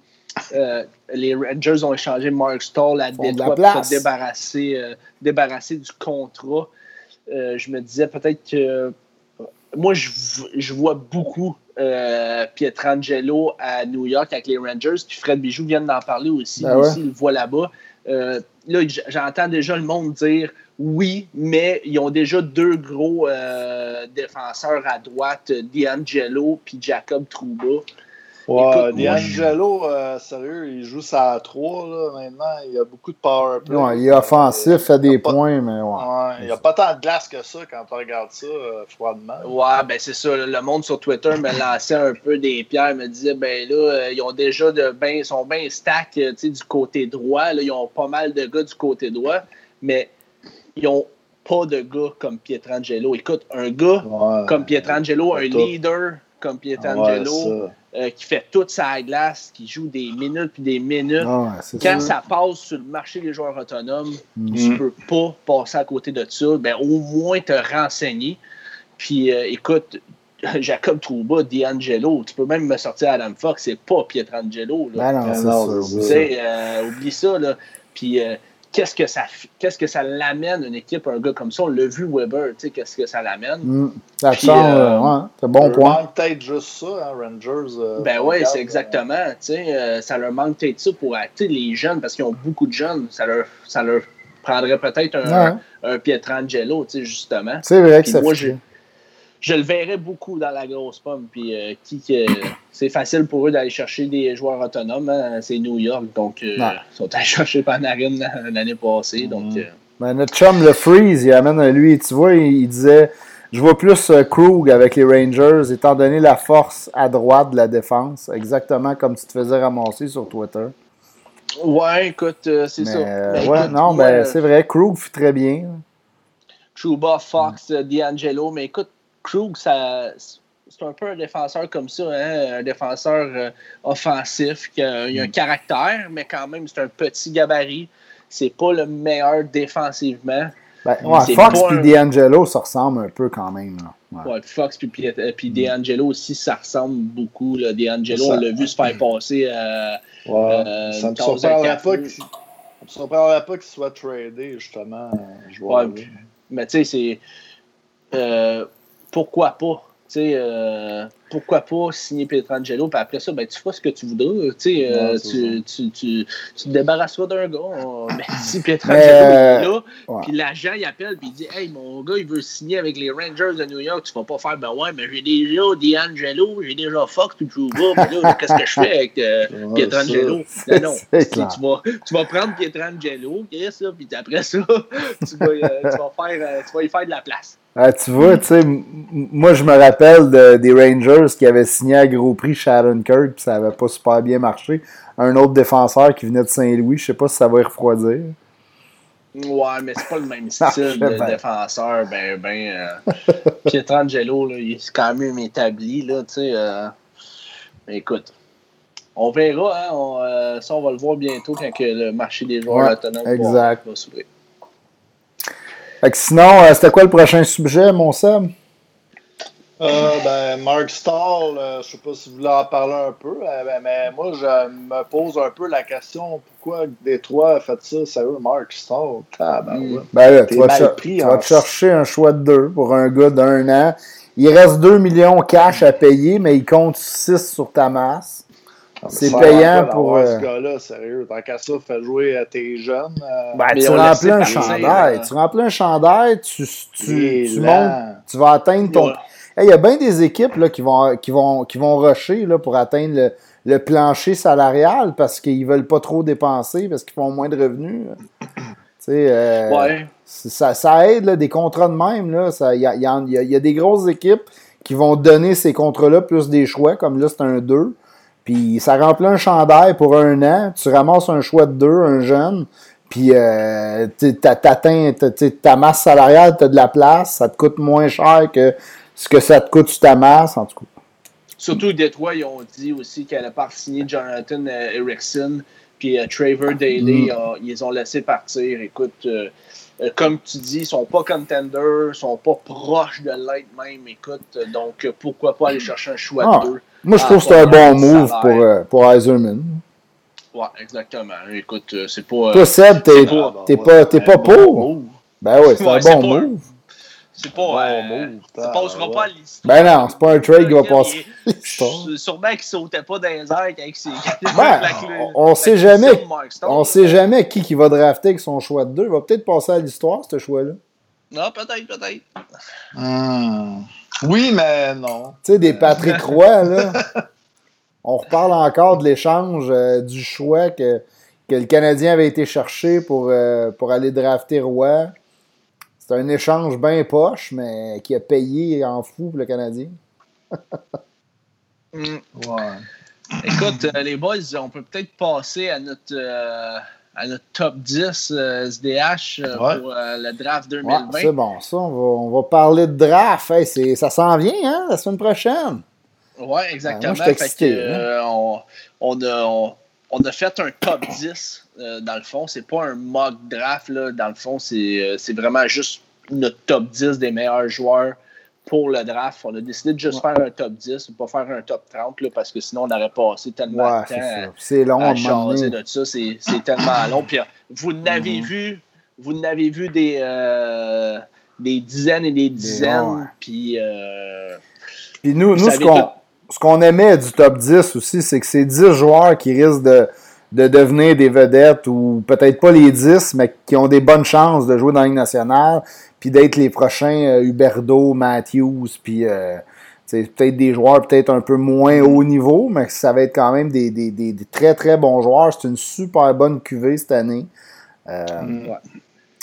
les Rangers ont échangé Mark Stahl à Détroit pour se débarrasser du contrat. Je me disais peut-être que moi je vois beaucoup Pietrangelo à New York avec les Rangers, puis Fred Bijoux vient d'en parler aussi, il le voit là-bas. Là, j'entends déjà le monde dire oui, mais ils ont déjà 2 gros défenseurs à droite, DeAngelo puis Jacob Trouba. Ouais, DeAngelo, sérieux, il joue ça à 3 là, maintenant. Il a beaucoup de power play. Ouais, il est offensif, fait des points, mais il n'y a pas tant de glace que ça quand tu regardes ça froidement. Ouais, c'est ça. Le monde sur Twitter me lançait un peu des pierres, me disait, ils ont déjà ils sont bien stack du côté droit. Là, ils ont pas mal de gars du côté droit, mais ils ont pas de gars comme Pietrangelo. Écoute, un gars comme Pietrangelo, un leader comme Pietrangelo, qui fait toute sa glace, qui joue des minutes puis des minutes. Quand ça passe sur le marché des joueurs autonomes, tu peux pas passer à côté de ça. Au moins te renseigner. Puis écoute, Jacob Trouba, DeAngelo, tu peux même me sortir Adam Fox, c'est pas Pietrangelo. Oublie ça. Là. Puis qu'est-ce que ça l'amène, une équipe, un gars comme ça? On l'a vu, Weber, qu'est-ce que ça l'amène? Ça c'est un bon point. Ça manque peut-être juste ça, hein, Rangers. Oui, c'est exactement. Ça leur manque peut-être ça pour les jeunes, parce qu'ils ont beaucoup de jeunes. Ça leur prendrait peut-être un Pietrangelo, justement. C'est vrai que ça moi, je le verrais beaucoup dans la grosse pomme. Puis c'est facile pour eux d'aller chercher des joueurs autonomes. Hein. C'est New York, donc ils sont allés chercher Panarin l'année passée. Donc, notre chum, le Freeze, il amène lui. Tu vois, il disait Je vois plus Krug avec les Rangers, étant donné la force à droite de la défense, exactement comme tu te faisais ramasser sur Twitter. Ouais, écoute, c'est ça. Ouais, écoute, non, ben, c'est vrai, Krug fait très bien. Trouba, Fox, DeAngelo, mais écoute, Krug, c'est un peu un défenseur comme ça, hein? Un défenseur offensif, qui a un caractère, mais quand même, c'est un petit gabarit. C'est pas le meilleur défensivement. Ben, ouais, Fox et DeAngelo, ça ressemble un peu quand même. Là. Ouais, Fox puis DeAngelo aussi, ça ressemble beaucoup. Là. DeAngelo, on l'a vu se faire passer ça me surprendrait pas qu'il soit tradé, justement. Mais tu sais, c'est... pourquoi pas? Pourquoi pas signer Pietrangelo, puis après ça, ben, tu feras ce que tu voudras. Tu te débarrasseras d'un gars. Mais si Pietrangelo est là, puis l'agent il appelle, puis il dit hey, mon gars, il veut signer avec les Rangers de New York, tu vas pas faire ben ouais, mais j'ai déjà DeAngelo, j'ai déjà Fox, puis Trouba, mais là, qu'est-ce que je fais avec Pietrangelo? Non, tu vas prendre Pietrangelo, puis après ça, tu vas y faire de la place. Tu vois, tu sais, moi je me rappelle des Rangers qui avaient signé à gros prix Shattenkirk, puis ça n'avait pas super bien marché. Un autre défenseur qui venait de Saint-Louis, je sais pas si ça va y refroidir. Ouais, mais c'est pas le même style de défenseur. Pietrangelo, là, il est quand même établi, là, tu sais. Écoute, on verra, hein, ça on va le voir bientôt quand le marché des joueurs autonomes va s'ouvrir. Fait que sinon, c'était quoi le prochain sujet, mon Sam? Marc Stahl, je sais pas si vous voulez en parler un peu, mais moi, je me pose un peu la question, pourquoi Détroit a fait ça? Sérieux, Marc Stahl? Tu vas te chercher un choix de 2 pour un gars d'1 an. Il reste 2 millions cash à payer, mais il compte 6 sur ta masse. C'est payant pour. Ce gars-là, sérieux. Tant qu'à ça, fais jouer à tes jeunes. Tu remplis un chandail. Tu remplis un chandail, tu montes, tu vas atteindre ton. Il y a bien des équipes là, qui vont rusher là, pour atteindre le plancher salarial parce qu'ils ne veulent pas trop dépenser, parce qu'ils font moins de revenus. Ça aide là, des contrats de même. Il y a des grosses équipes qui vont donner ces contrats-là plus des choix, comme là, c'est un 2. Puis ça remplit un chandail pour 1 an. Tu ramasses un choix de 2, un jeune. Puis t'atteins ta masse salariale, tu as de la place. Ça te coûte moins cher que ce que ça te coûte sur ta masse, en tout cas. Surtout Détroit, ils ont dit aussi qu'elle n'a pas signé Jonathan Eriksson. Puis Trevor Daley, ils ont laissé partir. Écoute, comme tu dis, ils sont pas contenders, ils sont pas proches de l'être même. Écoute, donc pourquoi pas aller chercher un choix de 2? Moi, je trouve que c'est un bon move pour Yzerman. Ouais, exactement. Écoute, c'est pas... Toi, Seb, t'es pas pour? Ben oui, c'est un bon move. C'est pas... ça passera pas à l'histoire. Ben non, c'est pas un trade qui va passer à l'histoire. Sûrement qu'il sautait pas dans les airs avec ses... on sait jamais qui va drafter avec son choix de 2. Il va peut-être passer à l'histoire, ce choix-là. Non, peut-être. Oui, mais non. Tu sais, des Patrick Roy, là. On reparle encore de l'échange du choix que le Canadien avait été chercher pour aller drafter Roy. C'est un échange bien poche, mais qui a payé en fou pour le Canadien. Écoute, les boys, on peut peut-être passer à notre top 10 SDH pour le draft 2020. C'est bon, ça. On va parler de draft. Hey, ça s'en vient, hein, la semaine prochaine. Oui, exactement. Moi, je suis excité, on a fait un top 10, dans le fond. C'est pas un mock draft, là. Dans le fond, c'est vraiment juste notre top 10 des meilleurs joueurs pour le draft. On a décidé de juste faire un top 10, pas faire un top 30, là, parce que sinon, on aurait passé tellement de temps c'est long, à jaser de ça. C'est tellement long. Puis, vous n'avez vu des dizaines et des dizaines. Puis nous ce qu'on aimait du top 10 aussi, c'est que c'est 10 joueurs qui risquent de devenir des vedettes, ou peut-être pas les 10, mais qui ont des bonnes chances de jouer dans la Ligue nationale, puis d'être les prochains Huberdeau, Matthews, puis peut-être des joueurs peut-être un peu moins haut niveau, mais ça va être quand même des très très bons joueurs. C'est une super bonne cuvée cette année.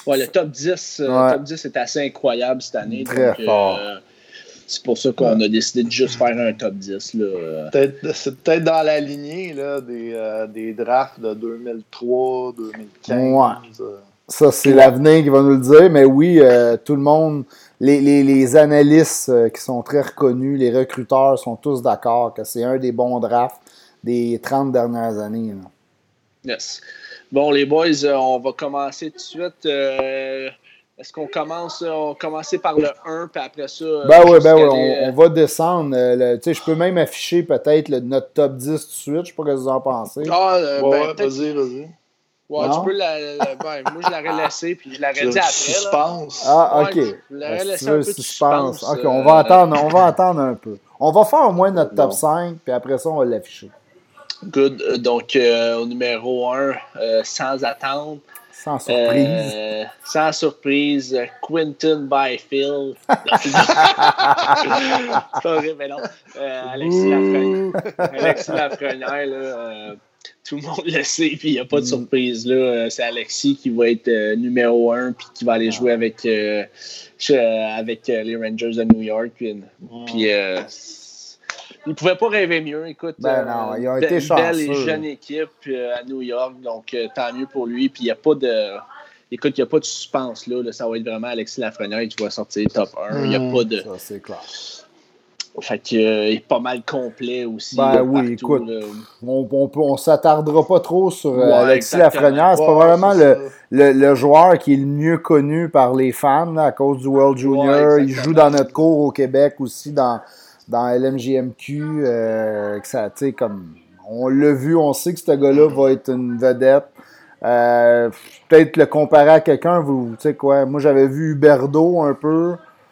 Ouais, le top 10, top 10 est assez incroyable cette année. Très fort. C'est pour ça qu'on a décidé de juste faire un top 10. Là. C'est peut-être dans la lignée là, des drafts de 2003, 2015. Ouais. Ça, c'est l'avenir qui va nous le dire. Mais oui, tout le monde, les analystes qui sont très reconnus, les recruteurs sont tous d'accord que c'est un des bons drafts des 30 dernières années. Là. Yes. Bon, les boys, on va commencer tout de suite. Est-ce qu'on commence par le 1, puis après ça... on va descendre. Je peux même afficher peut-être notre top 10 tout de suite. Je ne sais pas ce que vous en pensez. Vas-y. Ouais, tu peux moi, je l'aurais laissé, puis je l'aurais dit après. Suspense. Ah, OK. Je l'aurais laissé un peu de suspense. OK, on va attendre un peu. On va faire au moins notre top 5, puis après ça, on va l'afficher. Good. Donc, au numéro 1, sans attendre. Sans surprise, Quinton Byfield. C'est horrible, mais non. Alexis Lafrenière, là, tout le monde le sait, puis il n'y a pas de surprise. Là. C'est Alexis qui va être numéro 1, puis qui va aller jouer avec les Rangers de New York. Puis ils ne pouvaient pas rêver mieux. Écoute, non, ils ont été chanceux. Belle et jeune équipe à New York, donc tant mieux pour lui. Puis il n'y a pas de... Écoute, il n'y a pas de suspense là. Ça va être vraiment Alexis Lafrenière qui va sortir top 1. Il n'y a pas de... Ça, c'est clair. Fait qu'il est pas mal complet aussi. Oui, écoute, on s'attardera pas trop sur Alexis exactement. Lafrenière. C'est pas vraiment le joueur qui est le mieux connu par les fans là, à cause du World Junior. Il joue dans notre cours au Québec aussi, dans LMJMQ. Comme on l'a vu, on sait que ce gars-là va être une vedette. Peut-être le comparer à quelqu'un, tu sais quoi, moi j'avais vu Huberdeau un peu.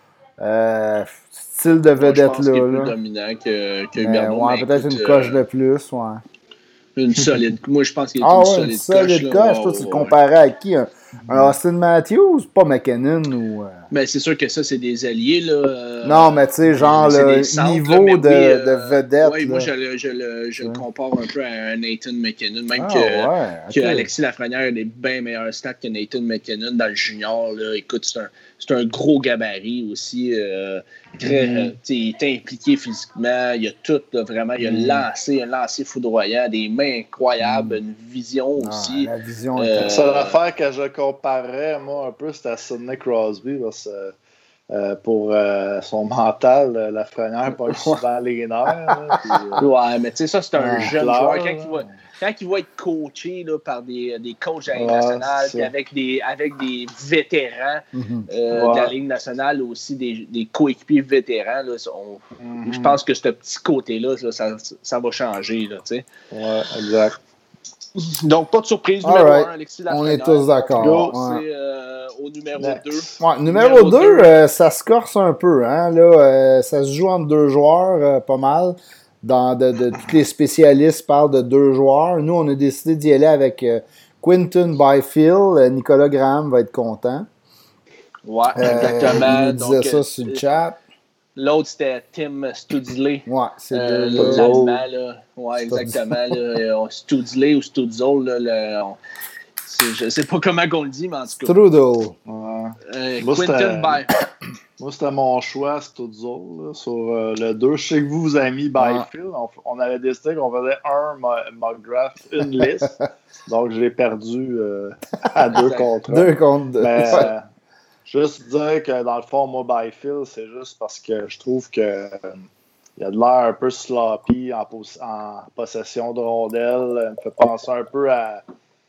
Style de vedette là. Je pense qu'il est plus dominant que Huberdeau. Ouais, peut-être une coche de plus, ouais. Une solide. Moi, je pense qu'il est une solide coche. Toi, tu le comparais à qui? Un Austin Matthews? Pas McKinnon ou... Mais c'est sûr que ça, c'est des alliés, là. Non, mais tu sais, genre le niveau de vedette. Oui, moi, je le compare un peu à un Nathan McKinnon. Même que Alexis Lafrenière a des bien meilleurs stats que Nathan McKinnon dans le junior. Là. Écoute, c'est un gros gabarit aussi. Il est impliqué physiquement. Il a tout, là, vraiment. Il a un lancé foudroyant, des mains incroyables, une vision aussi. La vision la seule affaire que je comparais, moi, un peu, c'était à Sidney Crosby. Parce que pour son mental, Lafrenière pas souvent les nerfs. Ouais, mais tu sais, ça, c'est un jeune joueur. Quand il va être coaché là, par des coachs de la Ligue nationale, puis avec des vétérans de la Ligue nationale, aussi des coéquipiers vétérans, là, je pense que ce petit côté-là, ça va changer. Là, ouais, exact. Donc, pas de surprise, numéro 1, Alexis Lafrenière. On est tous d'accord. C'est au numéro 2. Ouais, numéro 2, ça se corse un peu. Hein, là, ça se joue entre deux joueurs, pas mal. Tous les spécialistes parlent de deux joueurs. Nous, on a décidé d'y aller avec Quinton Byfield. Nicolas Graham va être content. Ouais, exactement. Il nous disait ça sur le chat. L'autre, c'était Tim Studsley. Ouais, c'est l'Allemand, là. Ouais, exactement. Studsley ou Studzol, là. Je ne sais pas comment on le dit, mais en tout cas. Strudel. Quinton Byfield. Moi, c'était mon choix, Studzol, sur le 2. Je sais que vous avez mis Byfield. On avait décidé qu'on faisait un mock draft, une liste. Donc, j'ai perdu à 2 contre 1. 2 contre 2. Mais juste dire que, dans le fond, moi, Byfield, c'est juste parce que je trouve que il a de l'air un peu sloppy en possession de rondelles. Il me fait penser un peu à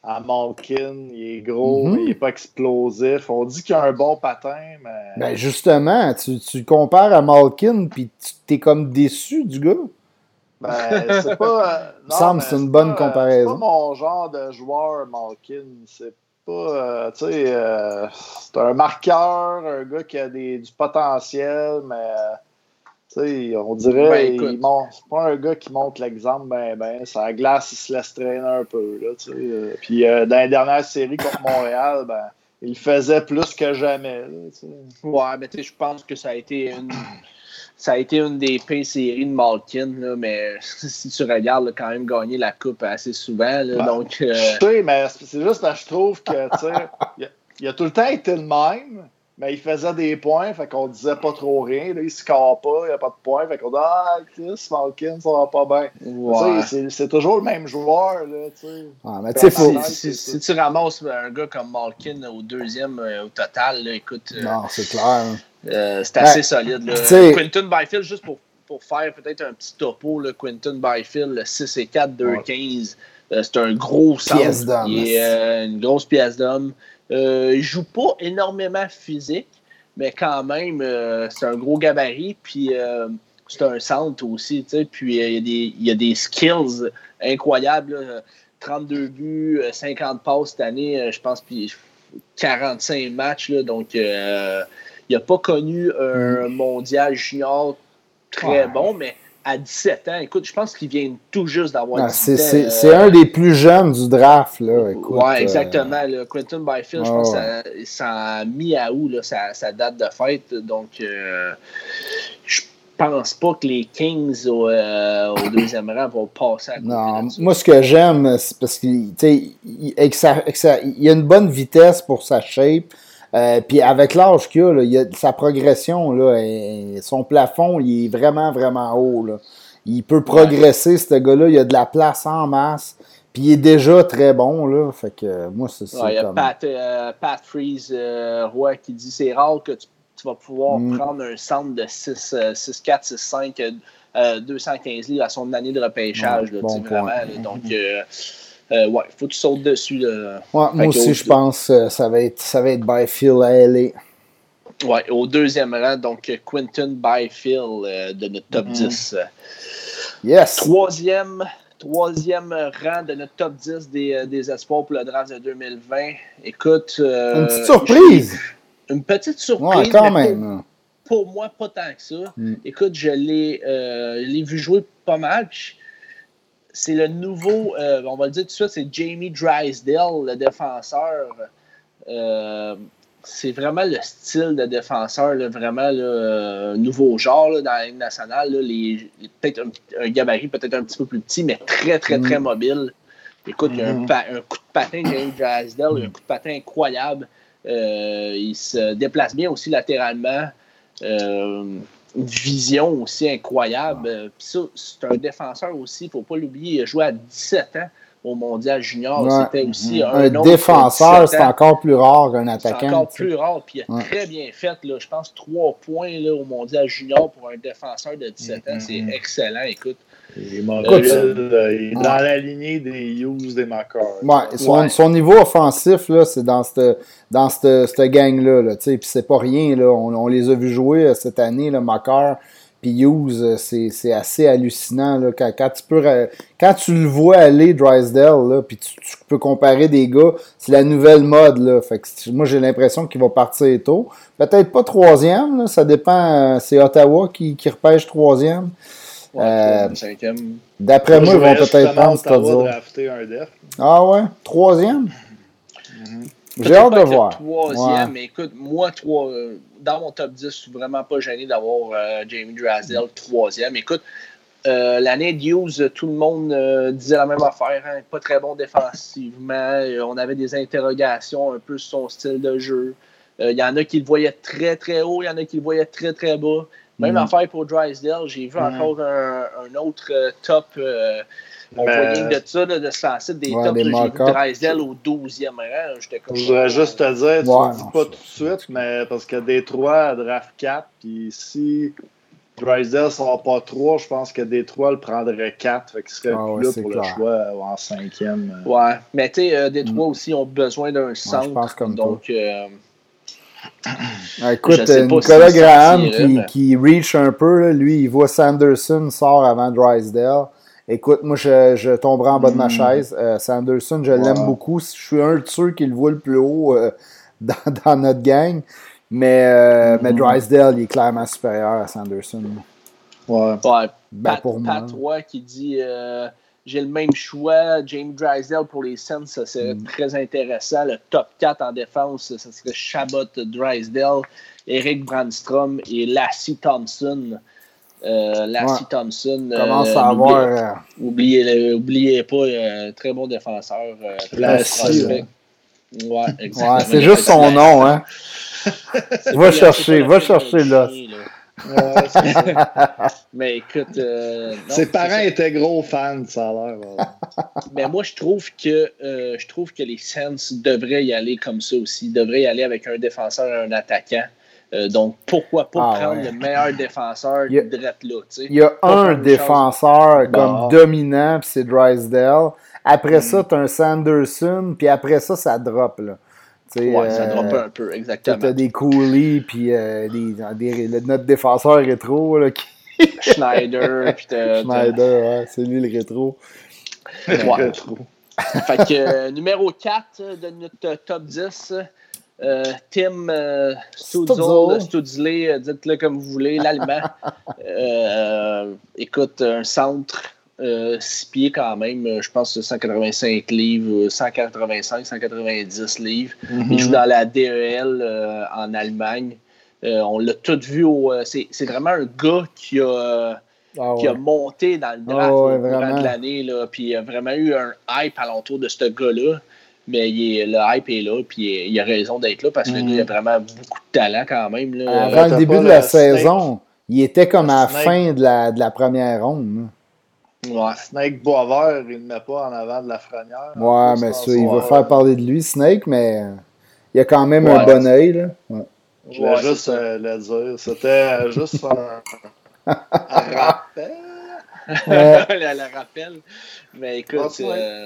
Malkin. Il est gros, mais il n'est pas explosif. On dit qu'il a un bon patin, mais... Ben justement, tu compares à Malkin, puis tu es comme déçu du gars. Ben, c'est pas... Il me semble que c'est une bonne comparaison. C'est pas mon genre de joueur, Malkin. C'est pas... tu sais, c'est un marqueur, un gars qui a du potentiel, mais... tu sais, on dirait c'est pas un gars qui montre l'exemple sur la glace, il se laisse traîner un peu. Là, puis dans les dernières séries contre Montréal, il faisait plus que jamais. Là, ouais, mais je pense que ça a été une des pires séries de Malkin, là, mais si tu regardes, là, quand même gagné la coupe assez souvent. Là, donc, je sais, mais c'est juste parce que je trouve que il a tout le temps été le même, mais il faisait des points, fait qu'on disait pas trop rien. Là, il score pas, il n'y a pas de points, fait qu'on dit Chris Malkin, ça va pas bien. Ouais. C'est toujours le même joueur. Là, si tu ramasses un gars comme Malkin au deuxième au total, là, écoute. Non, c'est clair. C'est assez solide. Là. Quinton Byfield, juste pour faire peut-être un petit topo, là, Quinton Byfield, le 6'4", 2'15", c'est un gros centre. Il est une grosse pièce d'homme. Il joue pas énormément physique, mais quand même, c'est un gros gabarit. Puis c'est un centre aussi. Puis il y a des skills incroyables. Là. 32 buts, 50 passes cette année, je pense, puis 45 matchs. Là, donc, il n'a pas connu un mondial junior très bon, mais à 17 ans, écoute, je pense qu'il vient tout juste d'avoir 17 ans. C'est un des plus jeunes du draft. Oui, exactement. Quinton Byfield, je pense que ça a mis à août sa date de fête. Donc, je pense pas que les Kings au deuxième rang vont passer à côté. Non, moi, ce que j'aime, c'est parce qu'il a une bonne vitesse pour sa shape. Puis avec l'âge qu'il a, sa progression, là, son plafond, il est vraiment, vraiment haut. Là. Il peut progresser, ce gars-là. Il a de la place en masse. Puis il est déjà très bon. Là. Fait que moi, c'est ça. Il y a Pat Freeze Roy qui dit c'est rare que tu vas pouvoir prendre un centre de 6'4", 6'5", 215 livres à son année de repêchage. Là, vraiment. Là, donc, il faut que tu sautes dessus. Là. Ouais, moi aussi, je pense que ça va être Byfield à LA. Oui, au deuxième rang, donc Quinton Byfield de notre top 10. Yes! Troisième rang de notre top 10 des espoirs pour le draft de 2020. Écoute... une petite surprise! Une petite surprise, ouais, quand même. Pour moi, pas tant que ça. Écoute, je l'ai vu jouer pas mal, puis c'est le nouveau, on va le dire tout de suite, c'est Jamie Drysdale, le défenseur. C'est vraiment le style de défenseur, là, vraiment nouveau genre là, dans la Ligue nationale. Là, peut-être un gabarit peut-être un petit peu plus petit, mais très, très, très mobile. Écoute, il y a un coup de patin de Jamie Drysdale, il y a un coup de patin incroyable. Il se déplace bien aussi latéralement. Une vision aussi incroyable. Puis ça, c'est un défenseur aussi, il ne faut pas l'oublier, il a joué à 17 ans au Mondial Junior. Ouais. C'était aussi un défenseur, c'est encore plus rare qu'un attaquant. C'est encore plus rare, puis il a très bien fait, là, je pense, 3 points là, au Mondial Junior pour un défenseur de 17 ans. C'est excellent, écoute. Il est dans la lignée des Hughes, des Makar. Ouais, son niveau offensif, là, c'est dans cette gang-là. Là, puis c'est pas rien. Là, on les a vus jouer cette année, là, Makar puis Hughes. C'est assez hallucinant. Là, quand tu le vois aller, Drysdale, puis tu peux comparer des gars, c'est la nouvelle mode. Là, fait que moi, j'ai l'impression qu'il va partir tôt. Peut-être pas 3e. Là, ça dépend. C'est Ottawa qui repêche 3e. D'après moi, ils vont peut-être prendre Stadia. Ah ouais? 3e? J'ai hâte de voir. 3e, mais écoute, moi, dans mon top 10, je suis vraiment pas gêné d'avoir Jamie Drysdale 3e. Écoute, l'année de Hughes, tout le monde disait la même affaire. Hein, pas très bon défensivement. On avait des interrogations un peu sur son style de jeu. Il y en a qui le voyaient très, très haut. Il y en a qui le voyaient très, très bas. Même affaire pour Drysdale. J'ai vu encore un autre top. On voyait de ça, là, de ce site des tops. J'ai vu Drysdale au 12e rang. Je voudrais juste te dire, tu ne dis pas tout de suite, mais parce que Détroit draft 4, puis si Drysdale ne sort pas 3, je pense que Détroit le prendrait 4, fait qu'il serait plus là pour le choix en 5e. Ouais, mais tu sais, Détroit aussi ont besoin d'un centre. Je pense comme donc, écoute, Nicolas Graham qui reach un peu, là, lui, il voit Sanderson sort avant Drysdale. Écoute, moi, je tomberai en bas de ma chaise. Sanderson, je l'aime beaucoup. Je suis un de ceux qui le voit le plus haut dans notre gang. Mais Drysdale, il est clairement supérieur à Sanderson. Pour moi. Pat Roy qui dit j'ai le même choix. Jamie Drysdale pour les Sens, ça serait très intéressant. Le top 4 en défense, ça serait Chabot, Drysdale, Eric Brandstrom et Lassie Thompson. Thompson. Commence à avoir. Oubliez pas, très bon défenseur. Lassie. Ouais, exactement. Ouais, c'est juste son nom, hein. Va chercher là. Ouais, c'est ça. Mais écoute. Ses parents étaient gros fans, ça a l'air. Mais moi, je trouve que les Sens devraient y aller comme ça aussi. Ils devraient y aller avec un défenseur et un attaquant. Donc, pourquoi pas prendre le meilleur défenseur direct là? Il y a un défenseur comme dominant, puis c'est Drysdale. Après ça, tu as un Sanderson, puis après ça, ça drop. Là. Ça drop un peu, exactement. Tu as des Cooley, puis notre défenseur rétro. Là, Schneider. Schneider, ouais, c'est lui le rétro. Rétro. Fait que numéro 4 de notre top 10, Tim Stützle, dites-le comme vous voulez, l'Allemand. Écoute, un centre 6 pieds quand même, je pense 185 livres, 185, 190 livres. Il joue dans la DEL en Allemagne. On l'a tout vu c'est vraiment un gars qui a monté dans le draft au courant de l'année, là, puis il a vraiment eu un hype alentour de ce gars-là. Mais le hype est là, puis il a raison d'être là parce que le gars, il a vraiment beaucoup de talent quand même. Là. Avant le début de la saison, il était comme à la fin de la première ronde. Ouais. Snake Boisvert, il ne met pas en avant de Lafrenière. Ouais, mais ça, il va faire parler de lui, Snake, mais il a quand même un bon œil. Là. Ouais. Je voulais juste le dire. C'était juste un rappel. Le rappel. Mais écoute...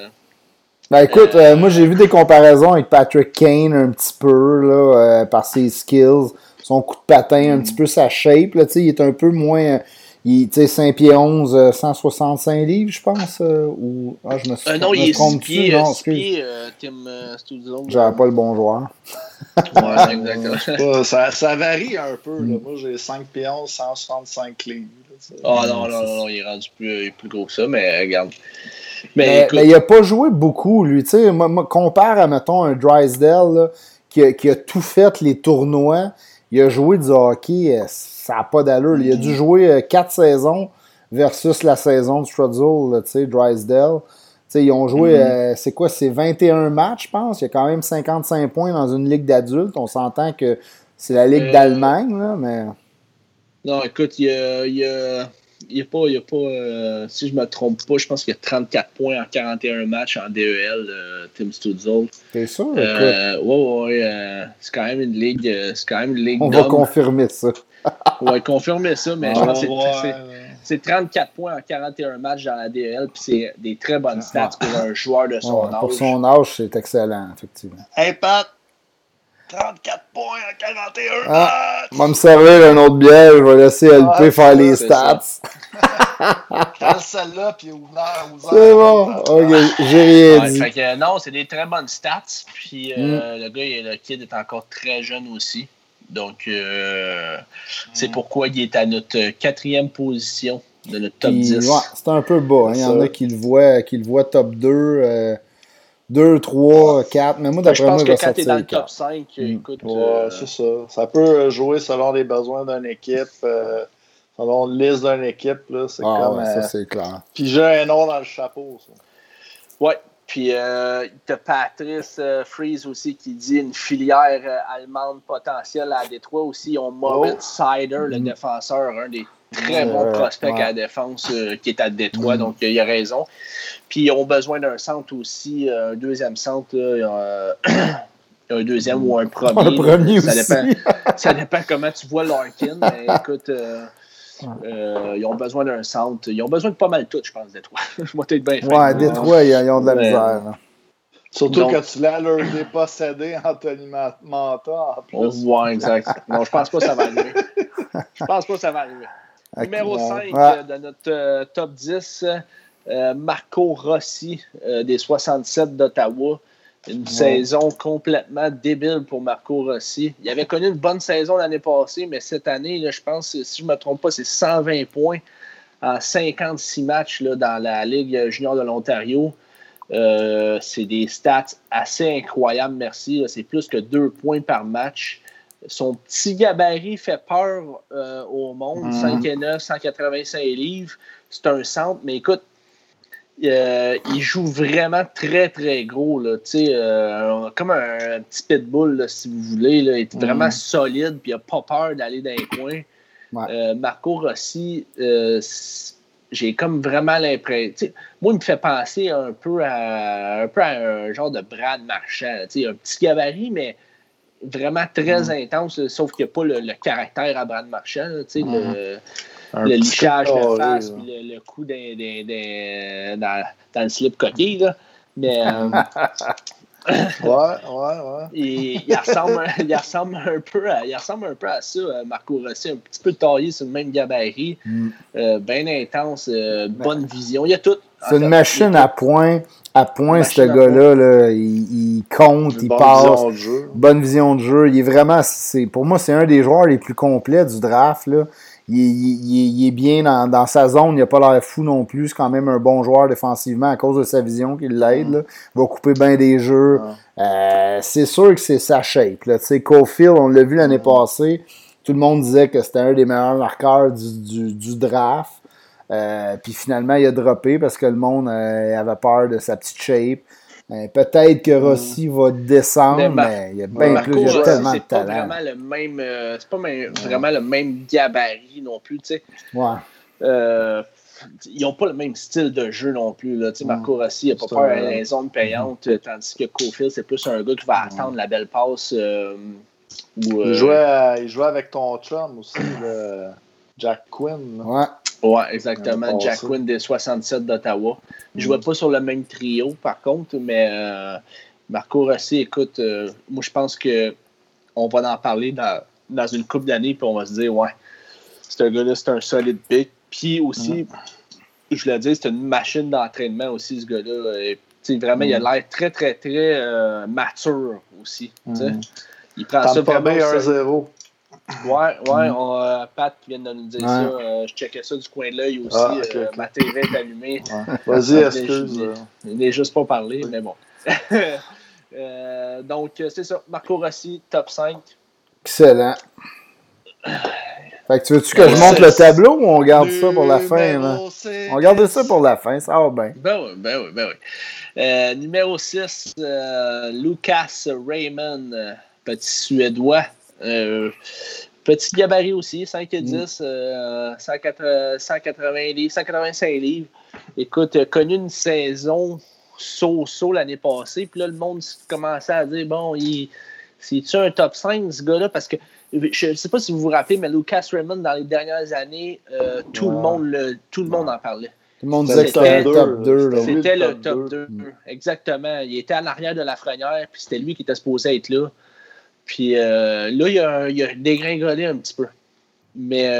moi j'ai vu des comparaisons avec Patrick Kane un petit peu là, par ses skills, son coup de patin, un petit peu sa shape. Là, il est un peu moins. Il est 5 pieds 11, 165 livres, je pense. Je me suis non, il est 6 pieds, Tim Stützle. J'avais pas le bon joueur. Ouais, exactement. Ça varie un peu. Là. Moi, j'ai 5 pieds 11, 165 livres. Non, il est rendu plus gros que ça, mais regarde. Mais il n'a pas joué beaucoup, lui. Moi, compare à, mettons, un Drysdale là, qui a tout fait les tournois. Il a joué du hockey, ça n'a pas d'allure. Il a dû jouer 4 saisons versus la saison de Stützle, Drysdale. Ils ont joué, c'est 21 matchs, je pense. Il y a quand même 55 points dans une ligue d'adultes. On s'entend que c'est la ligue d'Allemagne, là, mais... Non, écoute, il y a pas, si je me trompe pas, je pense qu'il y a 34 points en 41 matchs en DEL, Tim Stützle. T'es sûr? C'est quand même une ligue. On va confirmer ça. On va confirmer ça, mais je pense que c'est 34 points en 41 matchs dans la DEL, puis c'est des très bonnes stats pour un joueur de son âge. Pour son âge, c'est excellent, effectivement. Hey Pat! 34 points en 41 matchs! On va me servir une autre bière, je vais laisser LP faire les stats. Prends celle-là, puis ouvert. C'est bon, ok, j'ai rien dit. Fait que, non, c'est des très bonnes stats, puis le kid est encore très jeune aussi. Donc, c'est pourquoi il est à notre 4e position de notre top 10. Ouais, c'est un peu bas. Hein. Il y en a qui le voient top 2. 2, 3, 4, mais moi, d'après moi, je vais pense que quand tu es dans le 4. top 5, écoute... c'est ça. Ça peut jouer selon les besoins d'une équipe, selon la liste d'une équipe. Là, c'est comme... ça, c'est clair. Puis j'ai un nom dans le chapeau, ça. Ouais. Puis, t'as Patrice Freeze aussi qui dit une filière allemande potentielle à Détroit aussi. Ils ont Moritz Seider, le défenseur, un des très bons prospects à la défense qui est à Détroit. Donc, il a raison. Puis, ils ont besoin d'un centre aussi, un deuxième centre. Un deuxième ou un premier. Un premier ça aussi. Ça dépend comment tu vois Larkin. Mais écoute... ils ont besoin d'un centre. Ils ont besoin de pas mal de tout, je pense, Détroit. Je vais être bien fait. Ouais, Détroit, ils ont de la misère. Là. Surtout quand tu l'as leur dépossédé Anthony Manta en plus. Ouais, exact. Non, je pense pas que ça va arriver. Numéro 5 de notre top 10, Marco Rossi des 67 d'Ottawa. Une saison complètement débile pour Marco Rossi. Il avait connu une bonne saison l'année passée, mais cette année, là, je pense, si je ne me trompe pas, c'est 120 points en 56 matchs là, dans la Ligue junior de l'Ontario. C'est des stats assez incroyables, merci. Là. C'est plus que 2 points par match. Son petit gabarit fait peur au monde. 5'9", 185 livres. C'est un centre, mais écoute, il joue vraiment très, très gros, là, comme un petit pitbull, là, si vous voulez. Là. Il est vraiment solide, puis il n'a pas peur d'aller dans les coins. Ouais. Marco Rossi, j'ai comme vraiment l'impression... Moi, il me fait penser un peu à un genre de Brad Marchand. Un petit gabarit, mais vraiment très intense, sauf qu'il n'y a pas le caractère à Brad Marchand. Là, le lichage de face, puis le coup dans le slip coquille, là. Mais ouais. Il ressemble un peu à ça, Marco Rossi, un petit peu taillé sur le même gabarit, bien intense, bonne vision, il y a tout. C'est une machine à point, ce gars-là, là, il compte, il passe, bonne vision de jeu, il est vraiment, pour moi, c'est un des joueurs les plus complets du draft, là. Il est bien dans sa zone, il n'a pas l'air fou non plus. C'est quand même un bon joueur défensivement à cause de sa vision qui l'aide. Là. Il va couper bien des jeux. C'est sûr que c'est sa shape. Là. Caulfield, on l'a vu l'année passée. Tout le monde disait que c'était un des meilleurs marqueurs du draft. Puis finalement, il a droppé parce que le monde avait peur de sa petite shape. Peut-être que Rossi va descendre, mais il y a bien plus, il y a tellement de talent. C'est pas vraiment le même gabarit non plus, tu sais. Ouais. Ils n'ont pas le même style de jeu non plus. Là. Marco Rossi n'a pas peur à les zones payantes, tandis que Caulfield, c'est plus un gars qui va attendre la belle passe. Il jouait avec ton chum aussi, Jack Quinn. Ouais. Oui, exactement. Jack Quinn des 67 d'Ottawa. Il ne jouait pas sur le même trio, par contre, mais Marco Rossi, écoute, moi, je pense qu'on va en parler dans une couple d'années, puis on va se dire, ouais, ce gars-là, c'est un solide pick. Puis aussi, je le dis, c'est une machine d'entraînement aussi, ce gars-là. Vraiment, il a l'air très, très, très mature aussi. Il prend ça vraiment 1-0. Ouais, Pat vient de nous dire ça. Je checkais ça du coin de l'œil aussi. Okay. Ma TV est allumée. Vas-y, excuse. Je n'ai juste pas parlé, mais bon. Donc, c'est ça. Marco Rossi, top 5. Excellent. Fait que tu veux-tu que je monte le tableau ou on garde ça pour la fin? Là? On garde ça pour la fin, ça va bien. Ben oui. Numéro 6, Lucas Raymond, petit Suédois. Petit gabarit aussi, 5 et 10, 180 livres, 185 livres. Écoute, a connu une saison so-so l'année passée, puis là, le monde commençait à dire, bon, c'est-tu un top 5, ce gars-là? Parce que, je ne sais pas si vous vous rappelez, mais Lucas Raymond, dans les dernières années, tout le monde en parlait. Tout le monde disait que c'était le top 2. C'était le top 2, exactement. Il était en arrière de Lafrenière, puis c'était lui qui était supposé être là. Puis là, il a dégringolé un petit peu. Mais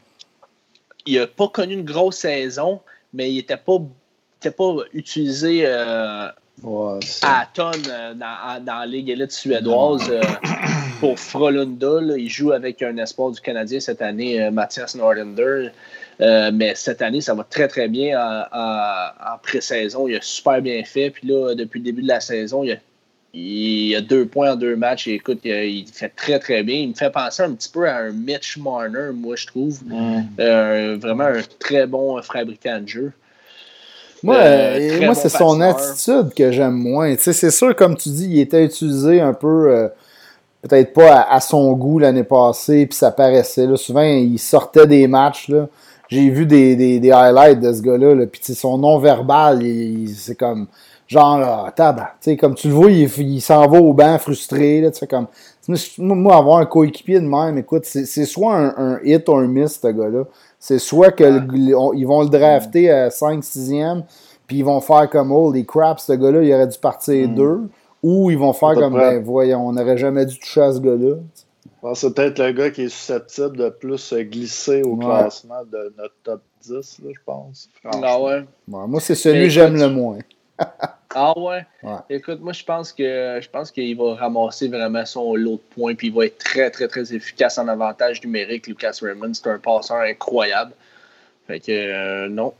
il n'a pas connu une grosse saison, mais il n'était pas utilisé à tonne dans la Ligue élite suédoise. Pour Frölunda, là, il joue avec un espoir du Canadien cette année, Mathias Norlander. Mais cette année, ça va très, très bien en pré-saison. Il a super bien fait. Puis là, depuis le début de la saison, il a 2 points en 2 matchs. Et écoute, il fait très, très bien. Il me fait penser un petit peu à un Mitch Marner, moi, je trouve. Vraiment un très bon fabricant de jeu. Moi, c'est son attitude que j'aime moins. Tu sais, c'est sûr, comme tu dis, il était utilisé un peu, peut-être pas à son goût l'année passée, puis ça paraissait. Là. Souvent, il sortait des matchs. Là. J'ai vu des highlights de ce gars-là, là, puis son non-verbal, c'est comme... Genre, tabac. Tu sais, comme tu le vois, il s'en va au banc frustré. Là, tu sais, comme... Moi, avoir un coéquipier de même, écoute, c'est soit un hit ou un miss, ce gars-là. C'est soit qu'ils vont le drafter à 5-6e, puis ils vont faire comme, oh, les craps, ce gars-là, il aurait dû partir 2. Ou ils vont faire comme, ben voyons, on n'aurait jamais dû toucher à ce gars-là. Bon, c'est peut-être le gars qui est susceptible de plus glisser au classement de notre top 10, là, je pense. Ah ouais. Moi, c'est celui que j'aime le moins. Ah ouais? Écoute, moi, je pense qu'il va ramasser vraiment son lot de points, puis il va être très, très, très efficace en avantage numérique. Lucas Raymond, c'est un passeur incroyable. Fait que, non.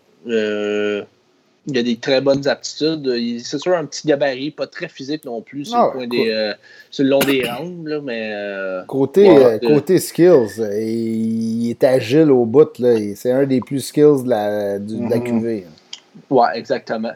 Il a des très bonnes aptitudes. C'est sûr, un petit gabarit, pas très physique non plus sur le long des rangs, là, mais... Côté skills, il est agile au bout. Là, c'est un des plus skills de la QV. Ouais, exactement.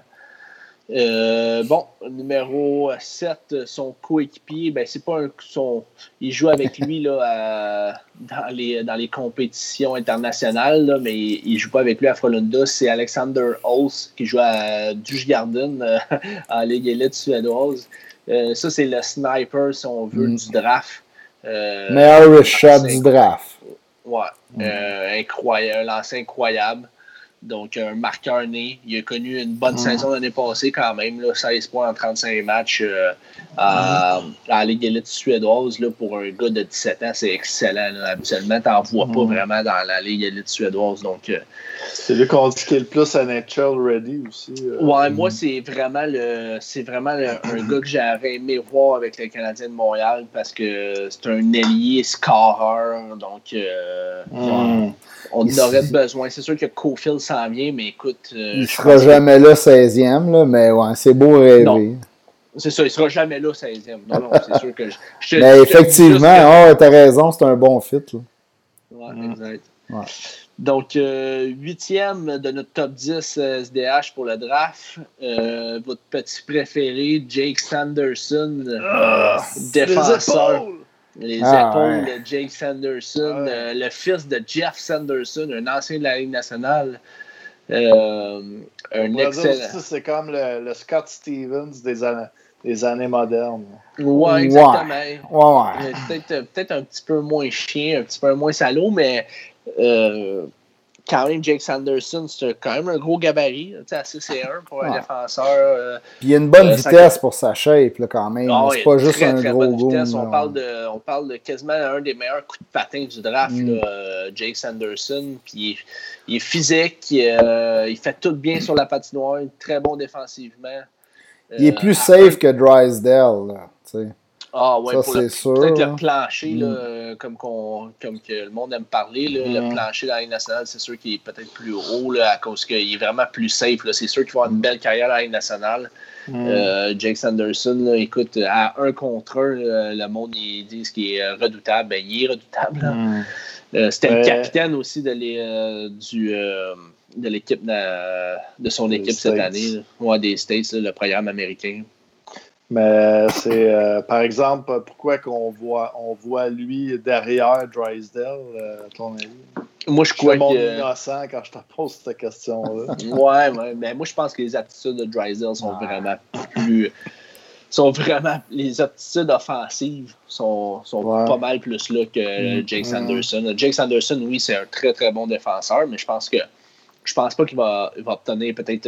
Numéro 7, son coéquipier, c'est pas il joue avec lui là, dans les compétitions internationales, là, mais il joue pas avec lui à Frölunda. C'est Alexander Holtz qui joue à Djurgården en Ligue élite suédoise. Ça, c'est le sniper, si on veut, du draft. Meilleur shot du draft. Ouais, incroyable, un lancer incroyable. Donc, un marqueur né. Il a connu une bonne saison l'année passée quand même. Là, 16 points en 35 matchs à la Ligue élite suédoise. Là, pour un gars de 17 ans, c'est excellent. Là. Habituellement, tu n'en vois pas vraiment dans la Ligue élite suédoise. Donc, c'est lui qu'on dit qu'il est le plus NHL ready aussi. Ouais, moi, c'est vraiment un gars que j'aurais aimé voir avec le Canadien de Montréal parce que c'est un ailier scoreur. Donc, on en aurait besoin. C'est sûr que Cofield s'en vient, mais écoute... il ne sera jamais là 16e, là, mais ouais, c'est beau rêver. Non. C'est ça, il ne sera jamais là 16e. Non, c'est sûr que... Mais effectivement, tu as raison, c'est un bon fit. Oui, exact. Ouais. Donc, 8e de notre top 10 SDH pour le draft. Votre petit préféré, Jake Sanderson, défenseur. Les épaules de Jake Sanderson, le fils de Jeff Sanderson, un ancien de la Ligue nationale. Un excellent. C'est comme le Scott Stevens des années modernes. Oui, exactement. Ouais. Peut-être un petit peu moins chien, un petit peu moins salaud, mais quand même, Jake Sanderson, c'est quand même un gros gabarit, à 6'1" pour un défenseur. Puis il y a une bonne vitesse pour sa shape, là, quand même. C'est pas juste un gros goon. On parle de quasiment un des meilleurs coups de patin du draft, là, Jake Sanderson. Puis il est physique, il fait tout bien sur la patinoire, il est très bon défensivement. Il est plus safe que Drysdale, là, tu sais. Ah ouais, ça, c'est sûr. Peut-être le plancher, là, comme que le monde aime parler, là, le plancher dans la Ligue nationale, c'est sûr qu'il est peut-être plus haut là, à cause qu'il est vraiment plus safe. Là. C'est sûr qu'il va avoir une belle carrière dans la Ligue nationale. Jake Sanderson, là, écoute, à 1 contre 1, le monde ils disent qu'il est redoutable. Ben, il est redoutable. C'était le capitaine aussi de l'équipe de son équipe cette année. Ouais, des States, là, le programme américain. Mais c'est, par exemple, pourquoi qu'on voit lui derrière Drysdale, à ton avis? Moi, je crois que... innocent quand je te pose cette question-là. Ouais, mais moi, je pense que les aptitudes de Drysdale sont vraiment plus... les aptitudes offensives sont pas mal plus là que Jake Sanderson. Jake Sanderson, oui, c'est un très, très bon défenseur, mais je pense pas qu'il va obtenir peut-être...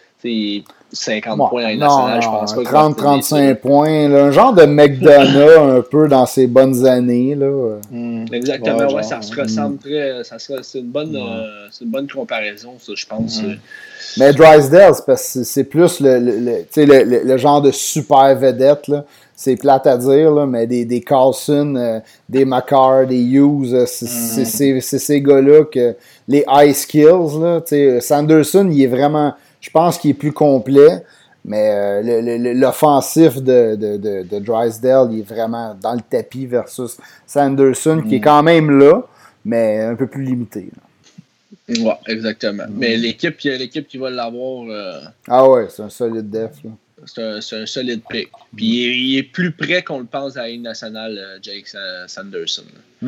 50 points en national, je pense pas. 30-35 points. Là, un genre de McDonough un peu dans ses bonnes années. Là. Exactement, ça se ressemble très. C'est une bonne comparaison, ça, je pense. Mais Drysdale, c'est plus le genre de super vedette. Là. C'est plate à dire, là, mais des Carlson, des McCarr, des Hughes, c'est ces gars-là que les high skills. Là, Sanderson, il est vraiment. Je pense qu'il est plus complet, mais l'offensif de Drysdale, il est vraiment dans le tapis versus Sanderson, qui est quand même là, mais un peu plus limité. Oui, exactement. Mais l'équipe qui va l'avoir... Ah ouais, c'est un solide def. Là. C'est un solide pick. Puis il est plus près qu'on le pense à la Ligue nationale, Jake Sanderson.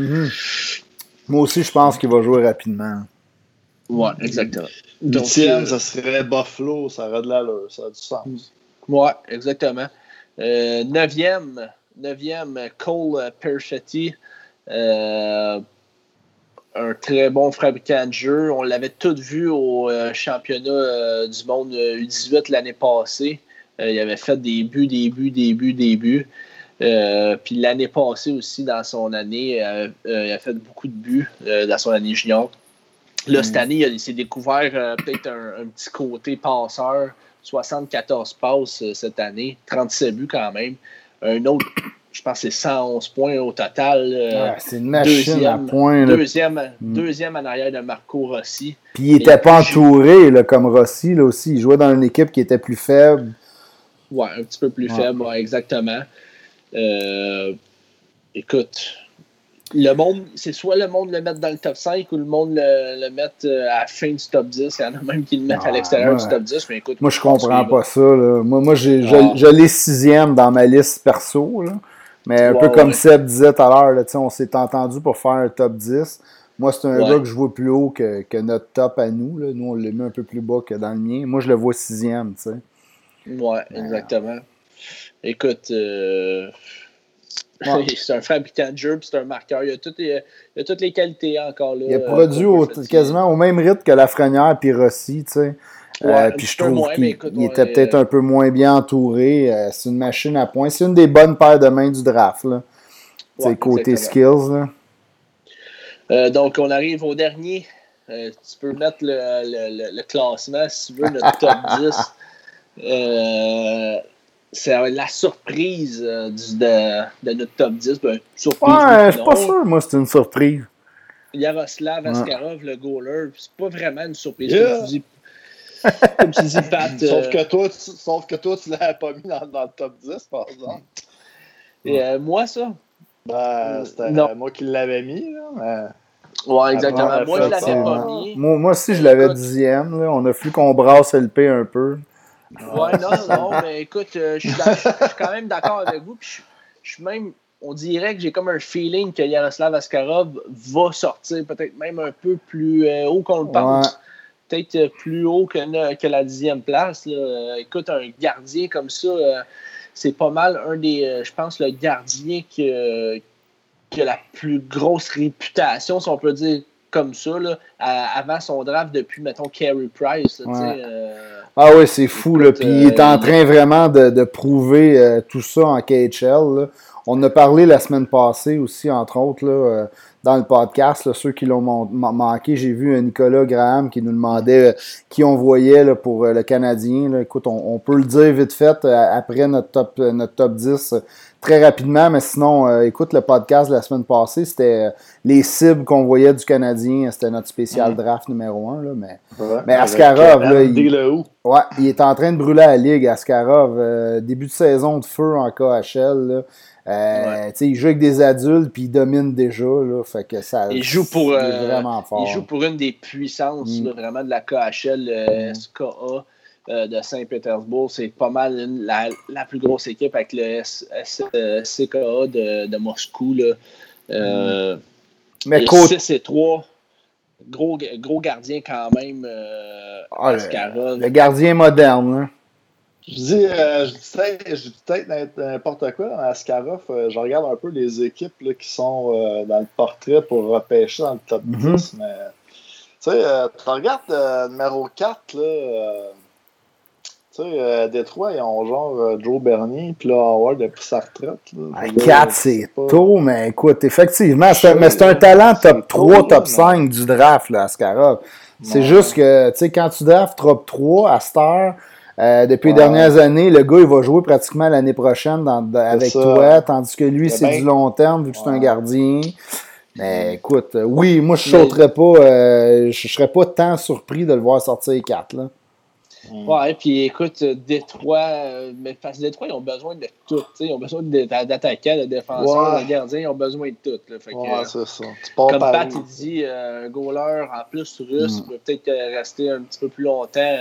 Moi aussi, je pense qu'il va jouer rapidement. Oui, exactement. 8e, ça serait Buffalo, ça aurait de l'allure, ça a du sens. Oui, exactement. 9e, Cole Perfetti. Un très bon fabricant de jeu. On l'avait tous vu au championnat du monde U18 l'année passée. Il avait fait des buts. Puis l'année passée aussi, dans son année, il a fait beaucoup de buts dans son année junior. Là, cette année, il s'est découvert peut-être un petit côté passeur. 74 passes cette année, 37 buts quand même. Un autre, je pense que c'est 111 points au total. C'est une machine à points. Deuxième en arrière de Marco Rossi. Puis il n'était pas entouré là, comme Rossi là aussi. Il jouait dans une équipe qui était plus faible. Ouais, un petit peu plus faible, exactement. Écoute... Le monde, c'est soit le monde le met dans le top 5 ou le monde le met à la fin du top 10. Il y en a même qui le mettent à l'extérieur du top 10. Mais écoute, moi, je comprends pas ça. Là. Moi je l'ai 6e dans ma liste perso. Là. Mais un peu comme Seb disait tout à l'heure, on s'est entendu pour faire un top 10. Moi, c'est un gars que je vois plus haut que notre top à nous. Là. Nous, on le met un peu plus bas que dans le mien. Moi, je le vois 6e. Tu sais. Ouais, exactement. Écoute, c'est un fabricant de jeu, puis c'est un marqueur. Il a toutes les qualités encore. Là, il a produit quasiment au même rythme que Lafrenière et Rossi. Tu sais. Puis je trouve qu'il était peut-être un peu moins bien entouré. C'est une machine à points. C'est une des bonnes paires de mains du draft. Là. Côté exactement. skills. Là. Donc, on arrive au dernier. Tu peux mettre le classement, si tu veux, notre top 10. C'est la surprise de notre top 10. Surprise, je suis pas sûr, moi, c'est une surprise. Yaroslav Askarov, le goaler, c'est pas vraiment une surprise. Comme tu dis, Pat. Sauf que toi, tu l'avais pas mis dans le top 10, par exemple. Et moi, ça? C'était moi qui l'avais mis, là, mais... Ouais, exactement. Moi, je l'avais pas mis. Moi aussi, je l'avais 10e. Là. On a fallu qu'on brasse LP un peu. Ouais, non, mais écoute, je suis quand même d'accord avec vous. Puis je suis même, on dirait que j'ai comme un feeling que Yaroslav Askarov va sortir peut-être même un peu plus haut qu'on le pense. Ouais. Peut-être plus haut que la 10e place. Là. Écoute, un gardien comme ça, c'est pas mal un des, je pense, le gardien qui a la plus grosse réputation, si on peut dire comme ça, là, avant son draft depuis, mettons, Carey Price. Ouais. Ah oui, c'est fou. Écoute, puis il est en train vraiment de prouver tout ça en KHL. Là. On a parlé la semaine passée aussi, entre autres, là, dans le podcast. Là, ceux qui l'ont manqué, j'ai vu Nicolas Graham qui nous demandait qui on voyait là, pour le Canadien. Là. Écoute, on peut le dire vite fait après notre top 10 très rapidement, mais sinon, écoute, le podcast de la semaine passée, c'était les cibles qu'on voyait du Canadien. C'était notre spécial draft numéro 1. Là, mais Askarov, là, il est en train de brûler la ligue. Askarov, début de saison de feu en KHL. Là. Il joue avec des adultes puis il domine déjà. Là, fait que ça, il joue pour, vraiment fort. Il joue pour une des puissances là, vraiment de la KHL, SKA. De Saint-Pétersbourg, c'est pas mal la plus grosse équipe avec le CKA de Moscou. Là. Mais 6-3, gros gardien quand même, Askarov. Le gardien moderne. Hein. Je dis peut-être n'importe quoi, mais Askarov, je regarde un peu les équipes là, qui sont dans le portrait pour repêcher dans le top 10, mais tu regardes numéro 4, là. Tu sais, Détroit, ils ont genre Joe Bernier, puis là, Howard a pris sa retraite. Là. 4, c'est tôt, mais écoute, effectivement, c'est un talent top 3, top 5 du draft, là, Askarov. C'est juste que, tu sais, quand tu drafts top 3 à cette heure, depuis les dernières années, le gars, il va jouer pratiquement l'année prochaine avec toi, tandis que lui, c'est du long terme, vu que c'est un gardien. Mais écoute, oui, moi, je sauterais pas, je serais pas tant surpris de le voir sortir 4, là. Ouais, puis écoute, Détroit, mais face à Détroit, ils ont besoin de tout. Ils ont besoin d'attaquants, de défenseurs, de gardiens, ils ont besoin de tout. Là. Fait que, c'est ça. Comme Pat, il dit, un goaler en plus russe peut peut-être rester un petit peu plus longtemps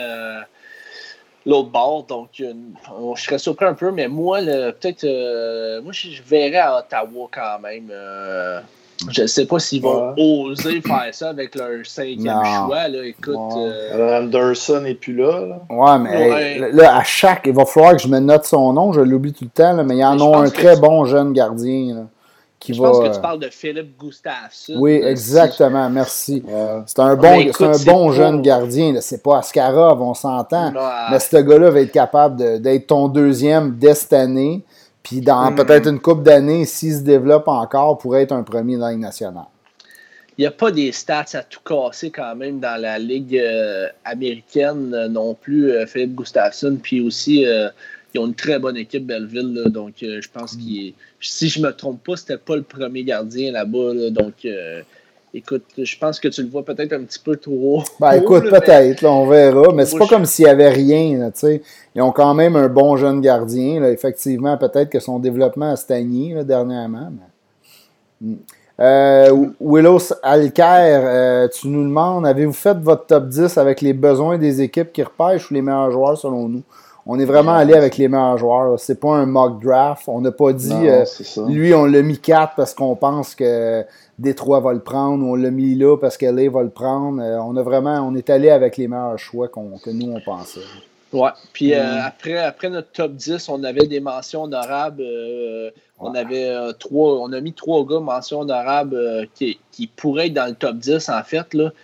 l'autre bord. Donc, je serais surpris un peu, mais moi, peut-être, moi, je verrais à Ottawa quand même. Je ne sais pas s'ils vont oser faire ça avec leur 5e choix. Là. Écoute, Anderson n'est plus là. Ouais, mais là, il va falloir que je me note son nom. Je l'oublie tout le temps, là, mais il y en a un très bon jeune gardien. Là, je pense que tu parles de Philippe Gustafsson. Oui, exactement. Merci. C'est un bon jeune gardien. Là. C'est pas Askarov, on s'entend. Mais ce gars-là va être capable d'être ton deuxième dès cette année. Puis dans peut-être une couple d'années, s'il se développe encore, pourrait être un premier dans la Ligue nationale. Il n'y a pas des stats à tout casser quand même dans la Ligue américaine non plus, Philippe Gustafsson. Puis aussi, ils ont une très bonne équipe, Belleville. Là, donc, je pense si je ne me trompe pas, c'était pas le premier gardien là-bas. Là, donc, écoute, je pense que tu le vois peut-être un petit peu trop. Écoute, peut-être, là, on verra. Mais c'est pas comme s'il n'y avait rien. Là, ils ont quand même un bon jeune gardien. Là. Effectivement, peut-être que son développement a stagné là, dernièrement. Mais... Willows Alcaire, tu nous demandes, avez-vous fait votre top 10 avec les besoins des équipes qui repêchent ou les meilleurs joueurs selon nous? On est vraiment allé avec les meilleurs joueurs. Là. C'est pas un mock draft. On n'a pas dit, lui, on l'a mis 4 parce qu'on pense que Détroit va le prendre, ou on l'a mis là parce que LA va le prendre. On est allé avec les meilleurs choix que nous, on pensait. Ouais, puis après notre top 10, on avait des mentions honorables. On avait on a mis 3 gars mentions honorables qui pourraient être dans le top 10, en fait. Là.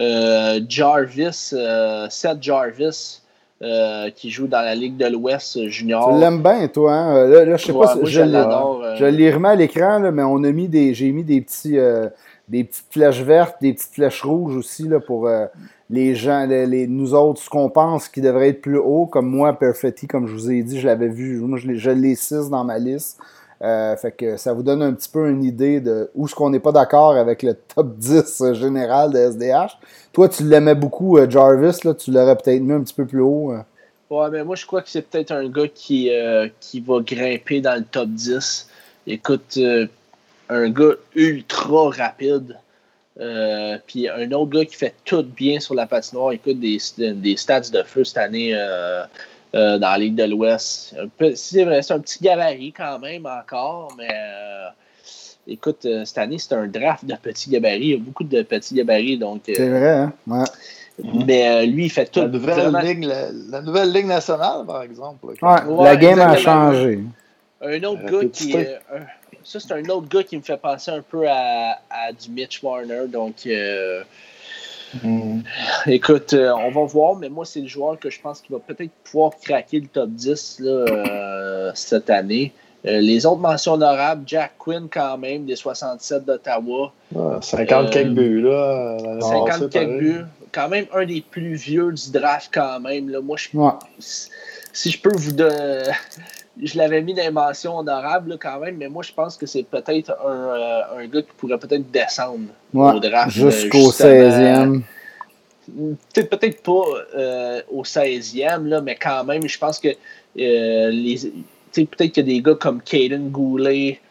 Seth Jarvis, qui joue dans la Ligue de l'Ouest junior. Tu l'aimes bien, toi, hein? Là, je sais pas si je l'ai remis à l'écran, là, mais j'ai mis des petites flèches vertes, des petites flèches rouges aussi là, pour les gens, nous autres, ce qu'on pense qui devrait être plus haut, comme moi, Perfetti, comme je vous ai dit, je l'avais vu, moi je l'ai 6 dans ma liste. Fait que ça vous donne un petit peu une idée de où est-ce qu'on n'est pas d'accord avec le top 10 général de SDH. Toi, tu l'aimais beaucoup, Jarvis, là, tu l'aurais peut-être mis un petit peu plus haut. Ouais, mais moi, je crois que c'est peut-être un gars qui va grimper dans le top 10. Écoute, un gars ultra rapide. Puis un autre gars qui fait tout bien sur la patinoire. Écoute, des stats de feu cette année dans la Ligue de l'Ouest. C'est vrai, c'est un petit gabarit quand même encore, mais écoute, cette année, c'est un draft de petits gabarits. Il y a beaucoup de petits gabarits. Donc, c'est vrai, hein? Ouais. Mais lui, il fait tout. La nouvelle Ligue nationale, par exemple. Ouais, la game a changé. Un autre gars qui... ça, c'est un autre gars qui me fait penser un peu à du Mitch Marner. Donc, écoute, on va voir, mais moi, c'est le joueur que je pense qu'il va peut-être pouvoir craquer le top 10 là, cette année. Les autres mentions honorables, Jack Quinn quand même, des 67 d'Ottawa. 50 quelques buts, là. 50 quelques buts. Quand même un des plus vieux du draft quand même. Là. Moi, si je peux vous donner... Je l'avais mis dans les mentions honorables là, quand même, mais moi, je pense que c'est peut-être un gars qui pourrait peut-être descendre au draft. Jusqu'au 16e. Peut-être pas au 16e, là, mais quand même, je pense que peut-être qu'il y a des gars comme Caden Goulet,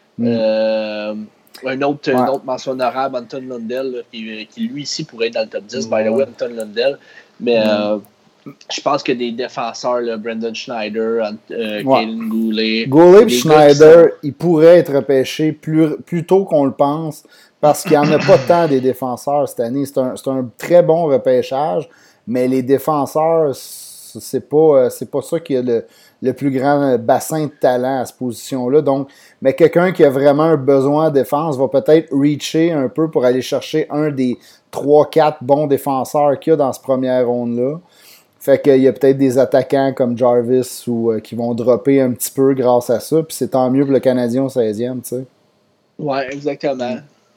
un autre mention honorable, Anton Lundell, là, qui lui ici pourrait être dans le top 10, by the way, Anton Lundell. Mais je pense que des défenseurs, là, Brendan Schneider, Caden Goulet. Goulet et Schneider, ils pourraient être repêchés plus tôt qu'on le pense, parce qu'il n'y en a pas tant des défenseurs cette année. C'est un très bon repêchage, mais les défenseurs, c'est pas ça qui a le plus grand bassin de talent à cette position-là. Donc, mais quelqu'un qui a vraiment un besoin de défense va peut-être reacher un peu pour aller chercher un des 3-4 bons défenseurs qu'il y a dans cette première ronde-là. Fait qu'il y a peut-être des attaquants comme Jarvis qui vont dropper un petit peu grâce à ça. Puis c'est tant mieux pour le Canadien au 16e, tu sais. Ouais, exactement.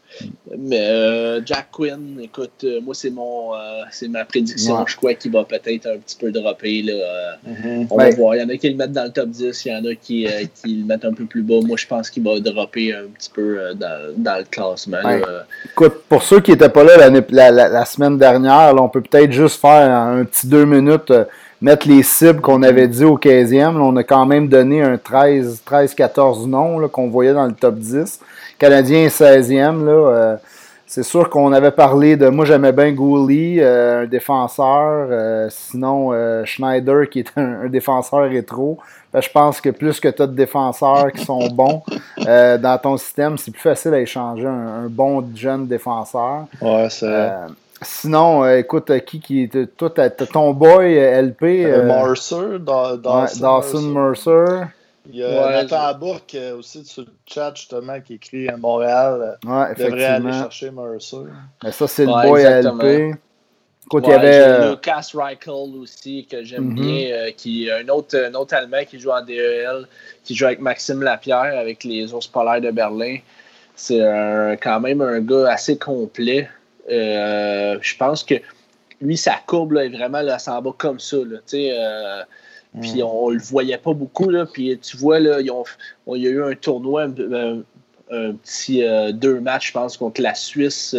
Mais Jack Quinn, écoute, moi c'est ma prédiction. Ouais. Je crois qu'il va peut-être un petit peu dropper. Là. On va voir. Il y en a qui le mettent dans le top 10, il y en a qui le mettent un peu plus bas. Moi je pense qu'il va dropper un petit peu dans le classement. Ouais. Écoute, pour ceux qui n'étaient pas là la semaine dernière, là, on peut peut-être juste faire un petit 2 minutes, mettre les cibles qu'on avait dit au 15e. Là, on a quand même donné un 13-14 noms là, qu'on voyait dans le top 10. Canadien 16e, là, c'est sûr qu'on avait parlé de... Moi, j'aimais bien Gouli, un défenseur. Sinon, Schneider, qui est un défenseur rétro. Je pense que plus que tu as de défenseurs qui sont bons dans ton système, c'est plus facile à échanger un bon jeune défenseur. Ouais, c'est... Sinon, écoute, toi, t'as ton boy LP... Mercer, Dawson Mercer. Il y a Nathan Bourque aussi sur le chat, justement, qui écrit à Montréal. Devrait aller chercher Mercer. Mais ça, c'est le boy à LP. Écoute, il y avait Lucas Reichel aussi, que j'aime bien, qui un autre Allemand qui joue en DEL, qui joue avec Maxime Lapierre, avec les Ours polaires de Berlin. C'est quand même un gars assez complet. Je pense que lui, sa courbe là, est vraiment là, s'en va comme ça. Puis on le voyait pas beaucoup. Là, puis tu vois, là, il y a eu un tournoi, un petit 2 matchs, je pense, contre la Suisse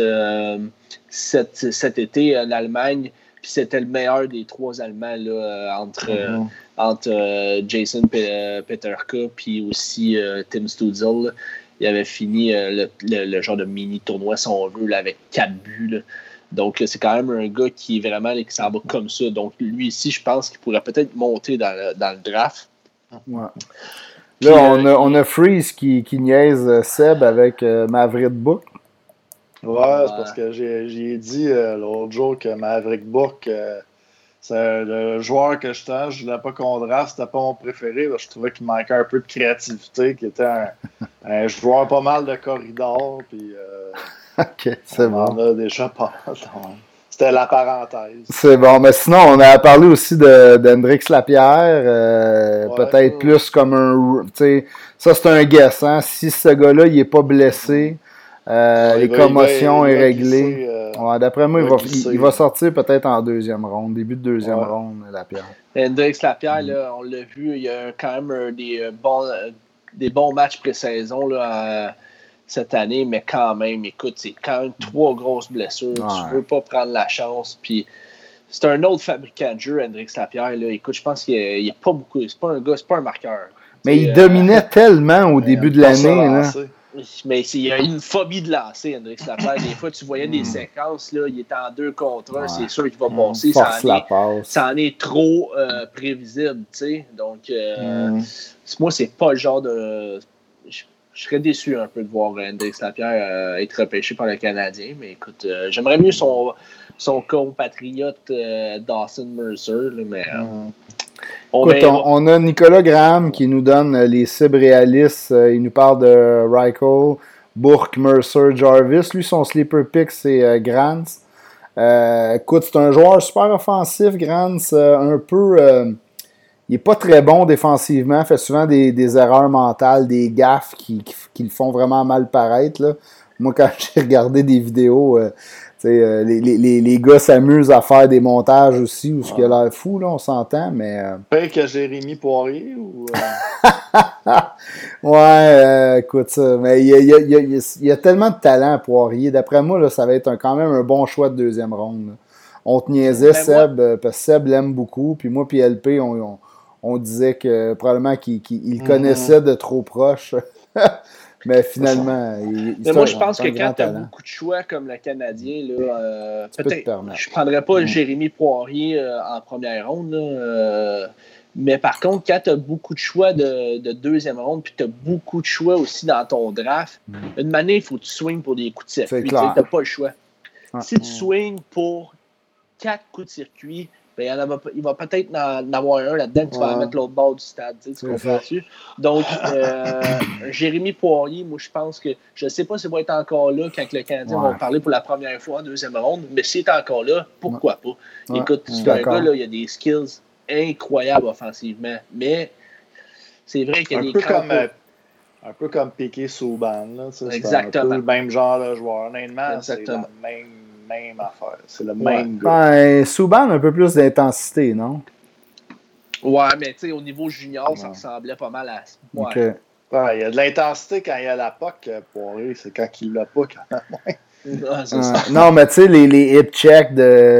cet été en Allemagne. Puis c'était le meilleur des 3 Allemands là, entre Jason Peterka puis aussi Tim Stützle. il avait fini le genre de mini-tournoi, si on veut, là, avec 4 buts. Là. Donc, c'est quand même un gars qui est vraiment qui s'en va comme ça. Donc, lui ici, je pense qu'il pourrait peut-être monter dans le draft. Ouais. Là, on a Freeze qui niaise Seb avec Maverick Book. Ouais, c'est parce que j'ai dit l'autre jour que Maverick Book, c'est le joueur que je voulais pas qu'on draft, c'était pas mon préféré. Là, je trouvais qu'il manquait un peu de créativité, qu'il était un joueur pas mal de corridor. Puis, ok, c'est bon. On a déjà pas. C'était la parenthèse. C'est bon, mais sinon, on a parlé aussi d'Hendrix Lapierre, peut-être plus comme un... Ça, c'est un guess, hein? Si ce gars-là, il n'est pas blessé, les commotions est réglées. D'après moi, il va sortir peut-être en deuxième ronde, début de deuxième ronde, Lapierre. Hendrix Lapierre, là, on l'a vu, il y a quand même des bons matchs pré-saison là, cette année, mais quand même, écoute, c'est quand même 3 grosses blessures. Tu veux pas prendre la chance. Puis c'est un autre fabricant de jeu, Hendrix Lapierre. Là. Écoute, je pense qu'il n'y a pas beaucoup. C'est pas un gars, c'est pas un marqueur. Mais il dominait tellement au début de l'année. Là. Mais il y a une phobie de lancer, Hendrix Lapierre. Des fois, tu voyais des séquences, là, il est en 2 contre 1, c'est sûr qu'il va passer. Ça en est trop prévisible. T'sais. Donc, moi, c'est pas le genre de. Je serais déçu un peu de voir Hendrix Lapierre être repêché par le Canadien, mais écoute, j'aimerais mieux son compatriote Dawson Mercer, là, mais on a Nicolas Graham qui nous donne les cibles réalistes. Il nous parle de Reichel, Bourque, Mercer, Jarvis. Lui, son sleeper pick, c'est Grants. Écoute, c'est un joueur super offensif, Grants, un peu... il n'est pas très bon défensivement, fait souvent des erreurs mentales, des gaffes qui le font vraiment mal paraître. Là. Moi, quand j'ai regardé des vidéos, les gars s'amusent à faire des montages aussi, où ce qui a l'air fou, là, on s'entend, mais... Peut-être que Jérémy Poirier ou... écoute ça, mais il y a tellement de talent à Poirier. D'après moi, là, ça va être quand même un bon choix de deuxième ronde. Là. On te niaisait, Seb, parce que Seb l'aime beaucoup, puis moi puis LP, on disait que probablement qu'il connaissait de trop proche. Mais finalement, moi, je pense que quand tu as beaucoup de choix comme le Canadien, là, peut-être je ne prendrais pas Jérémy Poirier en première ronde. Là, mais par contre, quand tu as beaucoup de choix de deuxième ronde, puis tu as beaucoup de choix aussi dans ton draft, une manière, il faut que tu swings pour des coups de circuit. Tu n'as pas le choix. Si tu swings pour 4 coups de circuit, ben, il va peut-être en avoir un là-dedans que tu vas mettre l'autre bord du stade. Tu comprends-tu? Donc, Jérémy Poirier, moi, je pense que je ne sais pas s'il va être encore là quand le Canadien va parler pour la première fois en deuxième ronde, mais s'il est encore là, pourquoi pas? Écoute, c'est un gars, là, il a des skills incroyables offensivement, mais c'est vrai qu'il y a des un peu comme Piqué Souban. Exactement. C'est un peu le même genre de joueur. Honnêtement, c'est la même affaire. C'est le même gars. Souban a un peu plus d'intensité, non? Ouais, mais tu sais, au niveau junior, ça ressemblait pas mal à... Ouais. Okay. Il y a de l'intensité quand il y a la POC, Poirier. C'est quand il l'a pas, quand même. Non, mais tu sais, les hip checks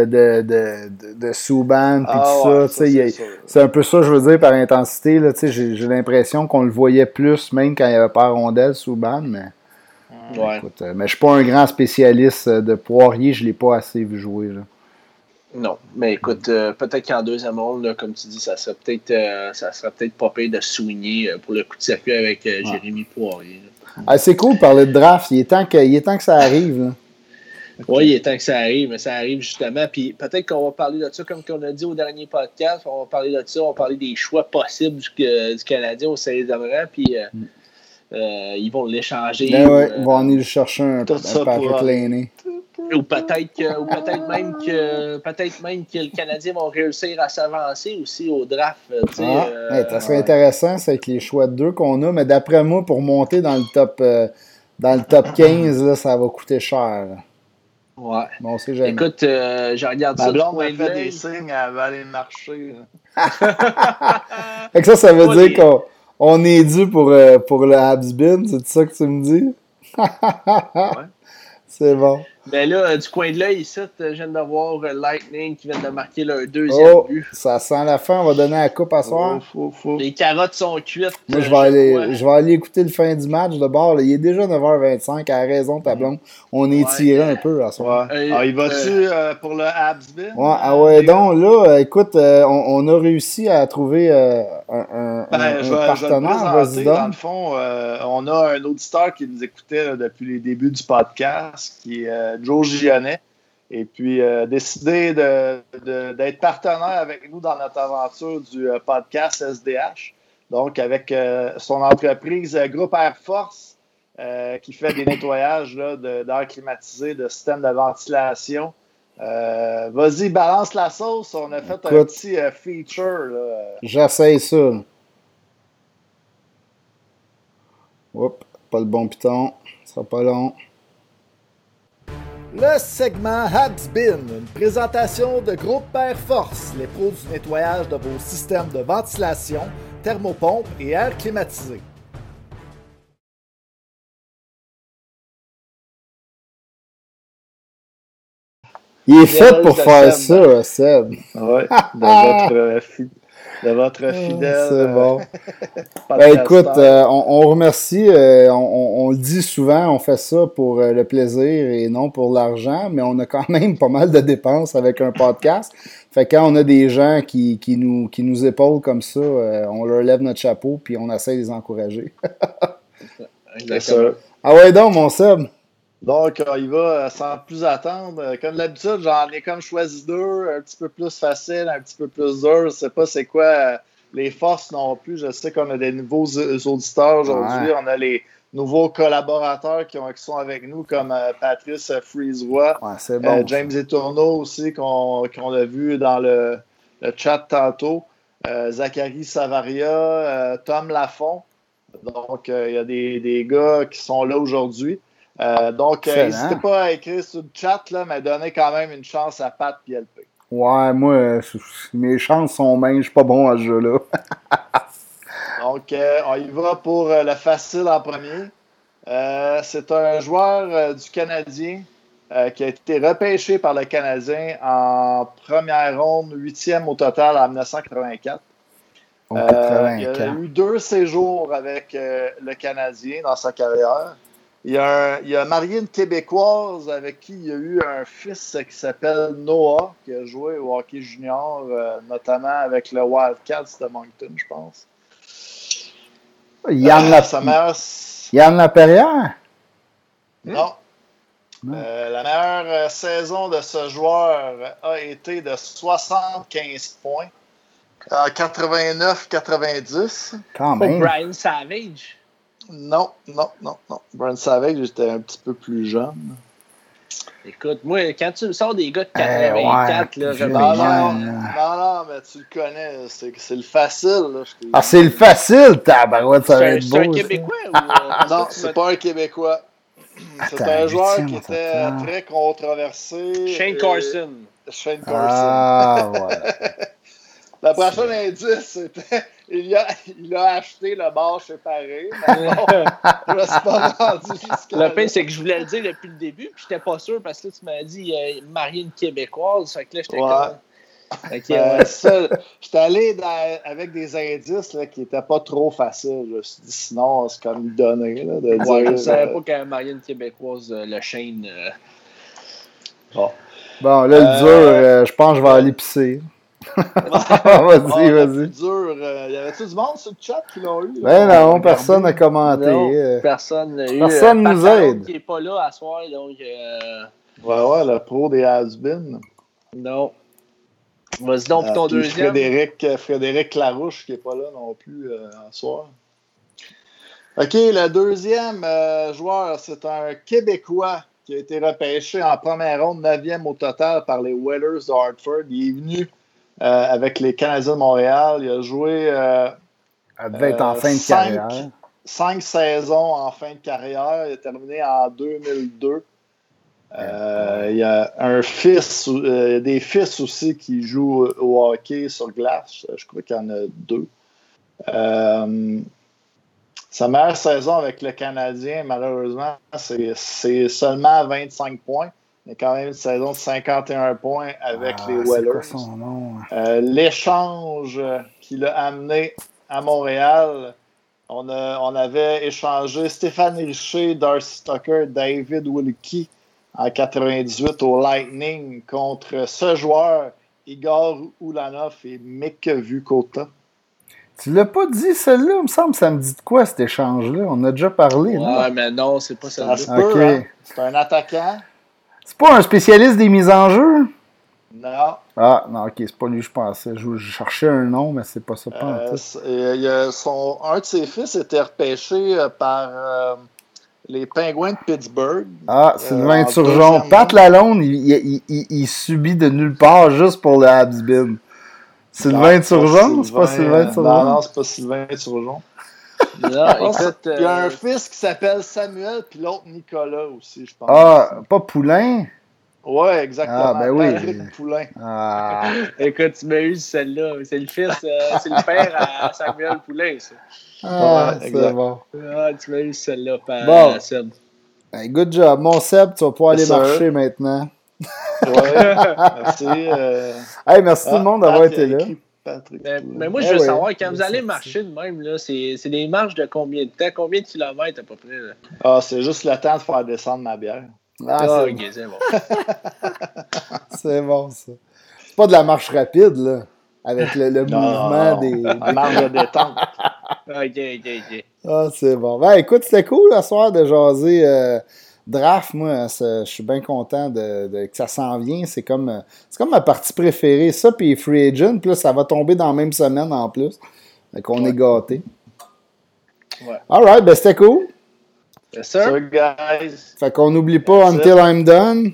de Souban puis tout ça, c'est un peu ça, je veux dire, par intensité. Là, j'ai l'impression qu'on le voyait plus, même quand il n'y avait pas rondelle, Souban, mais... Écoute, mais je ne suis pas un grand spécialiste de Poirier, je ne l'ai pas assez vu jouer. Là. Non, mais écoute, peut-être qu'en deuxième ronde, là, comme tu dis, ça serait peut-être pas pire de souligner pour le coup de circuit avec Jérémy Poirier. C'est cool de parler de draft, il est temps que ça arrive. Oui, il est temps que ça arrive, mais ça arrive justement. Puis peut-être qu'on va parler de ça, comme on a dit au dernier podcast, on va parler de ça, on va parler des choix possibles du Canadien au séries d'avant, puis ils vont l'échanger. Ils vont aller chercher un Patrick Laney. Ou peut-être même que le Canadien va réussir à s'avancer aussi au draft. Ça serait intéressant, c'est avec les choix de 2 qu'on a, mais d'après moi, pour monter dans le top 15, là, ça va coûter cher. Ouais. Bon, on sait jamais. Écoute, je regarde ça. Ma blonde m'a fait des signes, elle va aller marcher. Fait que ça veut dire qu'on est dû pour le Habsbin, c'est ça que tu me dis? Ouais. C'est bon. Mais là, du coin de l'œil, ici, je viens de voir Lightning qui vient de marquer leur deuxième but. Ça sent la fin. On va donner la coupe à soir. Les carottes sont cuites. Moi, je vais aller écouter le fin du match de bord. Là. Il est déjà 9h25. À raison, ta blonde. On est tiré un peu à soir. Il va-tu pour le Habsbin? Donc là, écoute, on a réussi à trouver un partenaire. Vas-y, dans le fond, on a un auditeur qui nous écoutait là, depuis les débuts du podcast, qui est Joe Gionnet, et puis décidé d'être partenaire avec nous dans notre aventure du podcast SDH. Donc, avec son entreprise Groupe Air Force, qui fait des nettoyages d'air climatisé, de systèmes de ventilation. Vas-y, balance la sauce. On a fait un petit feature. J'essaye ça. Oups, pas le bon piton. Ça sera pas long. Le segment Habsbin, une présentation de Groupe Air Force, les pros du nettoyage de vos systèmes de ventilation, thermopompe et air climatisé. Il est fait pour faire ça, Seb. Oui, de votre fidèle. C'est bon. Écoute, on remercie, on le dit souvent, on fait ça pour le plaisir et non pour l'argent, mais on a quand même pas mal de dépenses avec un podcast. Fait que quand on a des gens qui nous épaulent comme ça, on leur lève notre chapeau puis on essaie de les encourager. Exactement. Ah ouais donc, mon Seb. Donc, il va sans plus attendre. Comme d'habitude, j'en ai comme choisi deux, un petit peu plus facile, un petit peu plus dur. Je sais pas c'est quoi les forces non plus. Je sais qu'on a des nouveaux auditeurs aujourd'hui. Ouais. On a les nouveaux collaborateurs qui sont avec nous, comme Patrice Frizois, James Etourneau aussi, qu'on a vu dans le chat tantôt, Zachary Savaria, Tom Lafont. Donc, il y a des gars qui sont là aujourd'hui. Donc, n'hésitez pas à écrire sur le chat, là, mais donnez quand même une chance à Pat et LP. Ouais, moi, mes chances sont minces, je suis pas bon à ce jeu-là. Donc, on y va pour le facile en premier. C'est un joueur du Canadien qui a été repêché par le Canadien en première ronde, 8e au total en 1984. Il a eu 2 séjours avec le Canadien dans sa carrière. Il a marié une Québécoise avec qui il a eu un fils qui s'appelle Noah, qui a joué au hockey junior, notamment avec le Wildcats de Moncton, je pense. Yann Laperrière? Non. La meilleure saison de ce joueur a été de 75 points en 89-90. Quand même. Brian Savage? Non. Brian Savage, j'étais un petit peu plus jeune. Écoute, moi, quand tu me sors des gars de 84, là, je Non, mais tu le connais, c'est le facile. Là, c'est le facile, tabarouette, ça va être beau. C'est un Québécois ou... Non, c'est pas un Québécois. C'est un joueur qui était très controversé. Shane Carson. Ah, ouais. Le prochain indice, c'était il a acheté le bar séparé. Mais bon, je me suis pas rendu jusqu'à le pire, c'est que je voulais le dire depuis le début, puis j'étais pas sûr parce que là, tu m'as dit marier une Québécoise. Fait que là, j'étais comme. Ça, j'étais allé avec des indices là, qui n'étaient pas trop faciles. Je me suis dit, sinon, c'est comme lui donner. Là, de dire, je savais pas qu'elle mariait une Québécoise, le Shane. Bon, là, le dur, je pense que je vais aller pisser. Vas-y. Dur. Y avait-tu du monde sur le chat qui l'ont eu? Ben non, personne n'a commenté. Non, personne n'a eu. Personne nous aide. Qui n'est pas là à soir, donc. Ouais, le pro des has-been. Non. Vas-y donc pour ton deuxième. Frédéric Larouche qui n'est pas là non plus à soir. OK, le deuxième joueur, c'est un Québécois qui a été repêché en première ronde, 9e au total par les Whalers de Hartford. Il est venu avec les Canadiens de Montréal. Il a joué elle devait être en fin de carrière. 5 saisons en fin de carrière. Il a terminé en 2002. Il y a des fils aussi qui jouent au hockey sur glace. Je crois qu'il y en a 2. Sa meilleure saison avec le Canadien, malheureusement, c'est seulement 25 points. Il a quand même une saison de 51 points avec les Whalers. C'est quoi son nom? L'échange qu'il a amené à Montréal, on avait échangé Stéphane Richer, Darcy Tucker, David Wilkie en 98 au Lightning contre ce joueur, Igor Ulanov et Mick Vukota. Tu l'as pas dit, celle-là? Il me semble que ça me dit de quoi, cet échange-là? On a déjà parlé, non? Ouais, mais non, c'est pas celle-là. Ça se peut, Okay. hein? C'est un attaquant. C'est pas un spécialiste des mises en jeu? Non. Ah, non, ok, c'est pas lui que je pensais. Je cherchais un nom, mais c'est pas ça. Un de ses fils était repêché par les Penguins de Pittsburgh. Ah, Sylvain Turgeon. Pat Lalonde, il subit de nulle part juste pour le Habs-Bin. Sylvain Turgeon? C'est pas Sylvain Turgeon? Non, c'est pas Sylvain Turgeon. Non, écoute, il y a un fils qui s'appelle Samuel, puis l'autre Nicolas aussi, je pense. Ah, pas Poulain? Ouais, exactement. Ah, ben oui. Patrick Poulain. Ah. Écoute, tu m'as eu celle-là. C'est le fils, c'est le père à Samuel Poulain, ça. Ah, Ouais, c'est bon. Ah, tu m'as eu celle-là, Bon. Seb. Hey, good job. Mon Seb, tu vas pouvoir aller marcher maintenant. Ouais, merci. Hey, merci tout le monde d'avoir été là. Mais moi, je veux savoir, quand vous allez marcher de même, là, c'est des marches de combien de temps? Combien de kilomètres à peu près? Là? Ah, c'est juste le temps de faire descendre ma bière. Ah, ok, c'est bon. C'est bon, ça. C'est pas de la marche rapide, là. Avec le mouvement des. La marche de détente. Ok. Ah, c'est bon. Ben, écoute, c'était cool la soirée de jaser draft. Moi, je suis bien content que ça s'en vient. C'est comme ma partie préférée. Ça, puis Free Agent. Puis là, ça va tomber dans la même semaine en plus. Fait qu'on est gâtés. Ouais. Alright, ben c'était cool. Yes, sir. So, guys. Fait qu'on n'oublie pas Until I'm Done.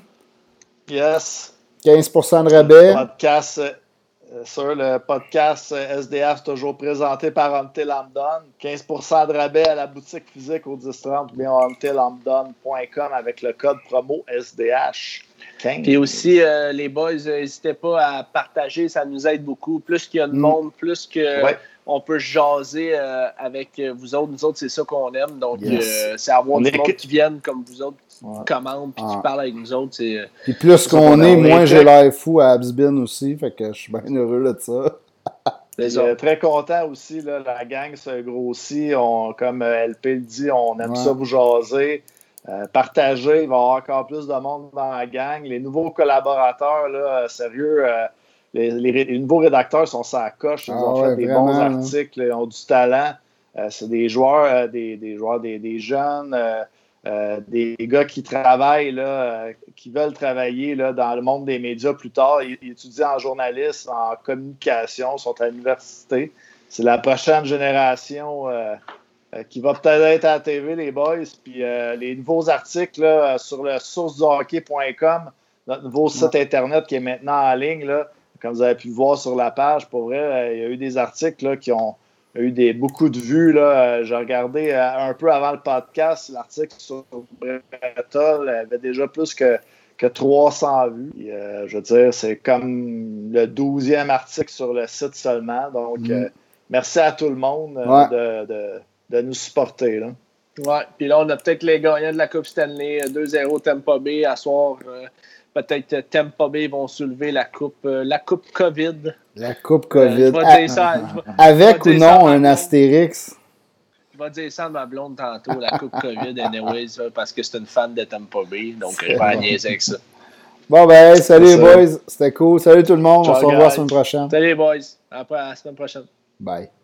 Yes. 15% de rabais. Podcast, sur le podcast SDF, toujours présenté par Until I'm Done. 15% de rabais à la boutique physique au 1030 ou bien untilimdone.com avec le code promo SDH. 15. Puis aussi, les boys, n'hésitez pas à partager, ça nous aide beaucoup. Plus qu'il y a de monde, plus que on peut jaser avec vous autres. Nous autres, c'est ça qu'on aime. Donc, c'est avoir du monde qui viennent comme vous autres, qui commandent puis qui parlent avec nous autres. Puis plus qu'on est, moins j'ai l'air fou à Habsbin aussi. Fait que je suis bien heureux là, de ça. Très content aussi, là, la gang se grossit. Comme LP le dit, on aime ça vous jaser. Partager, il va y avoir encore plus de monde dans la gang. Les nouveaux collaborateurs, là, sérieux, les nouveaux rédacteurs sont sur la coche. Ils ont fait des bons articles, ils ont du talent. C'est des joueurs, des jeunes, des gars qui travaillent, là, qui veulent travailler là, dans le monde des médias plus tard. Ils étudient en journalisme, en communication, sont à l'université. C'est la prochaine génération qui va peut-être être à la TV, les boys. Puis les nouveaux articles là, sur le sourceduhockey.com, notre nouveau site Internet qui est maintenant en ligne, là, comme vous avez pu le voir sur la page, pour vrai, il y a eu des articles là, qui ont eu beaucoup de vues. Là. J'ai regardé un peu avant le podcast, l'article sur Bretol avait déjà plus que 300 vues. Et, je veux dire, c'est comme le 12e article sur le site seulement. Donc, merci à tout le monde de nous supporter. Là. Ouais, puis là, on a peut-être les gagnants de la Coupe Stanley, 2-0 Tampa Bay. À soir, peut-être Tampa Bay vont soulever la coupe COVID. La Coupe COVID. Ça, avec ou non un astérix? Je vais dire ça de ma blonde tantôt, la Coupe COVID, anyways, parce que c'est une fan de Tampa Bay. Donc, je vais la niaiser avec ça. Bon, ben, salut les boys. C'était cool. Salut tout le monde. On se revoit la semaine prochaine. Salut les boys. À la semaine prochaine. Bye.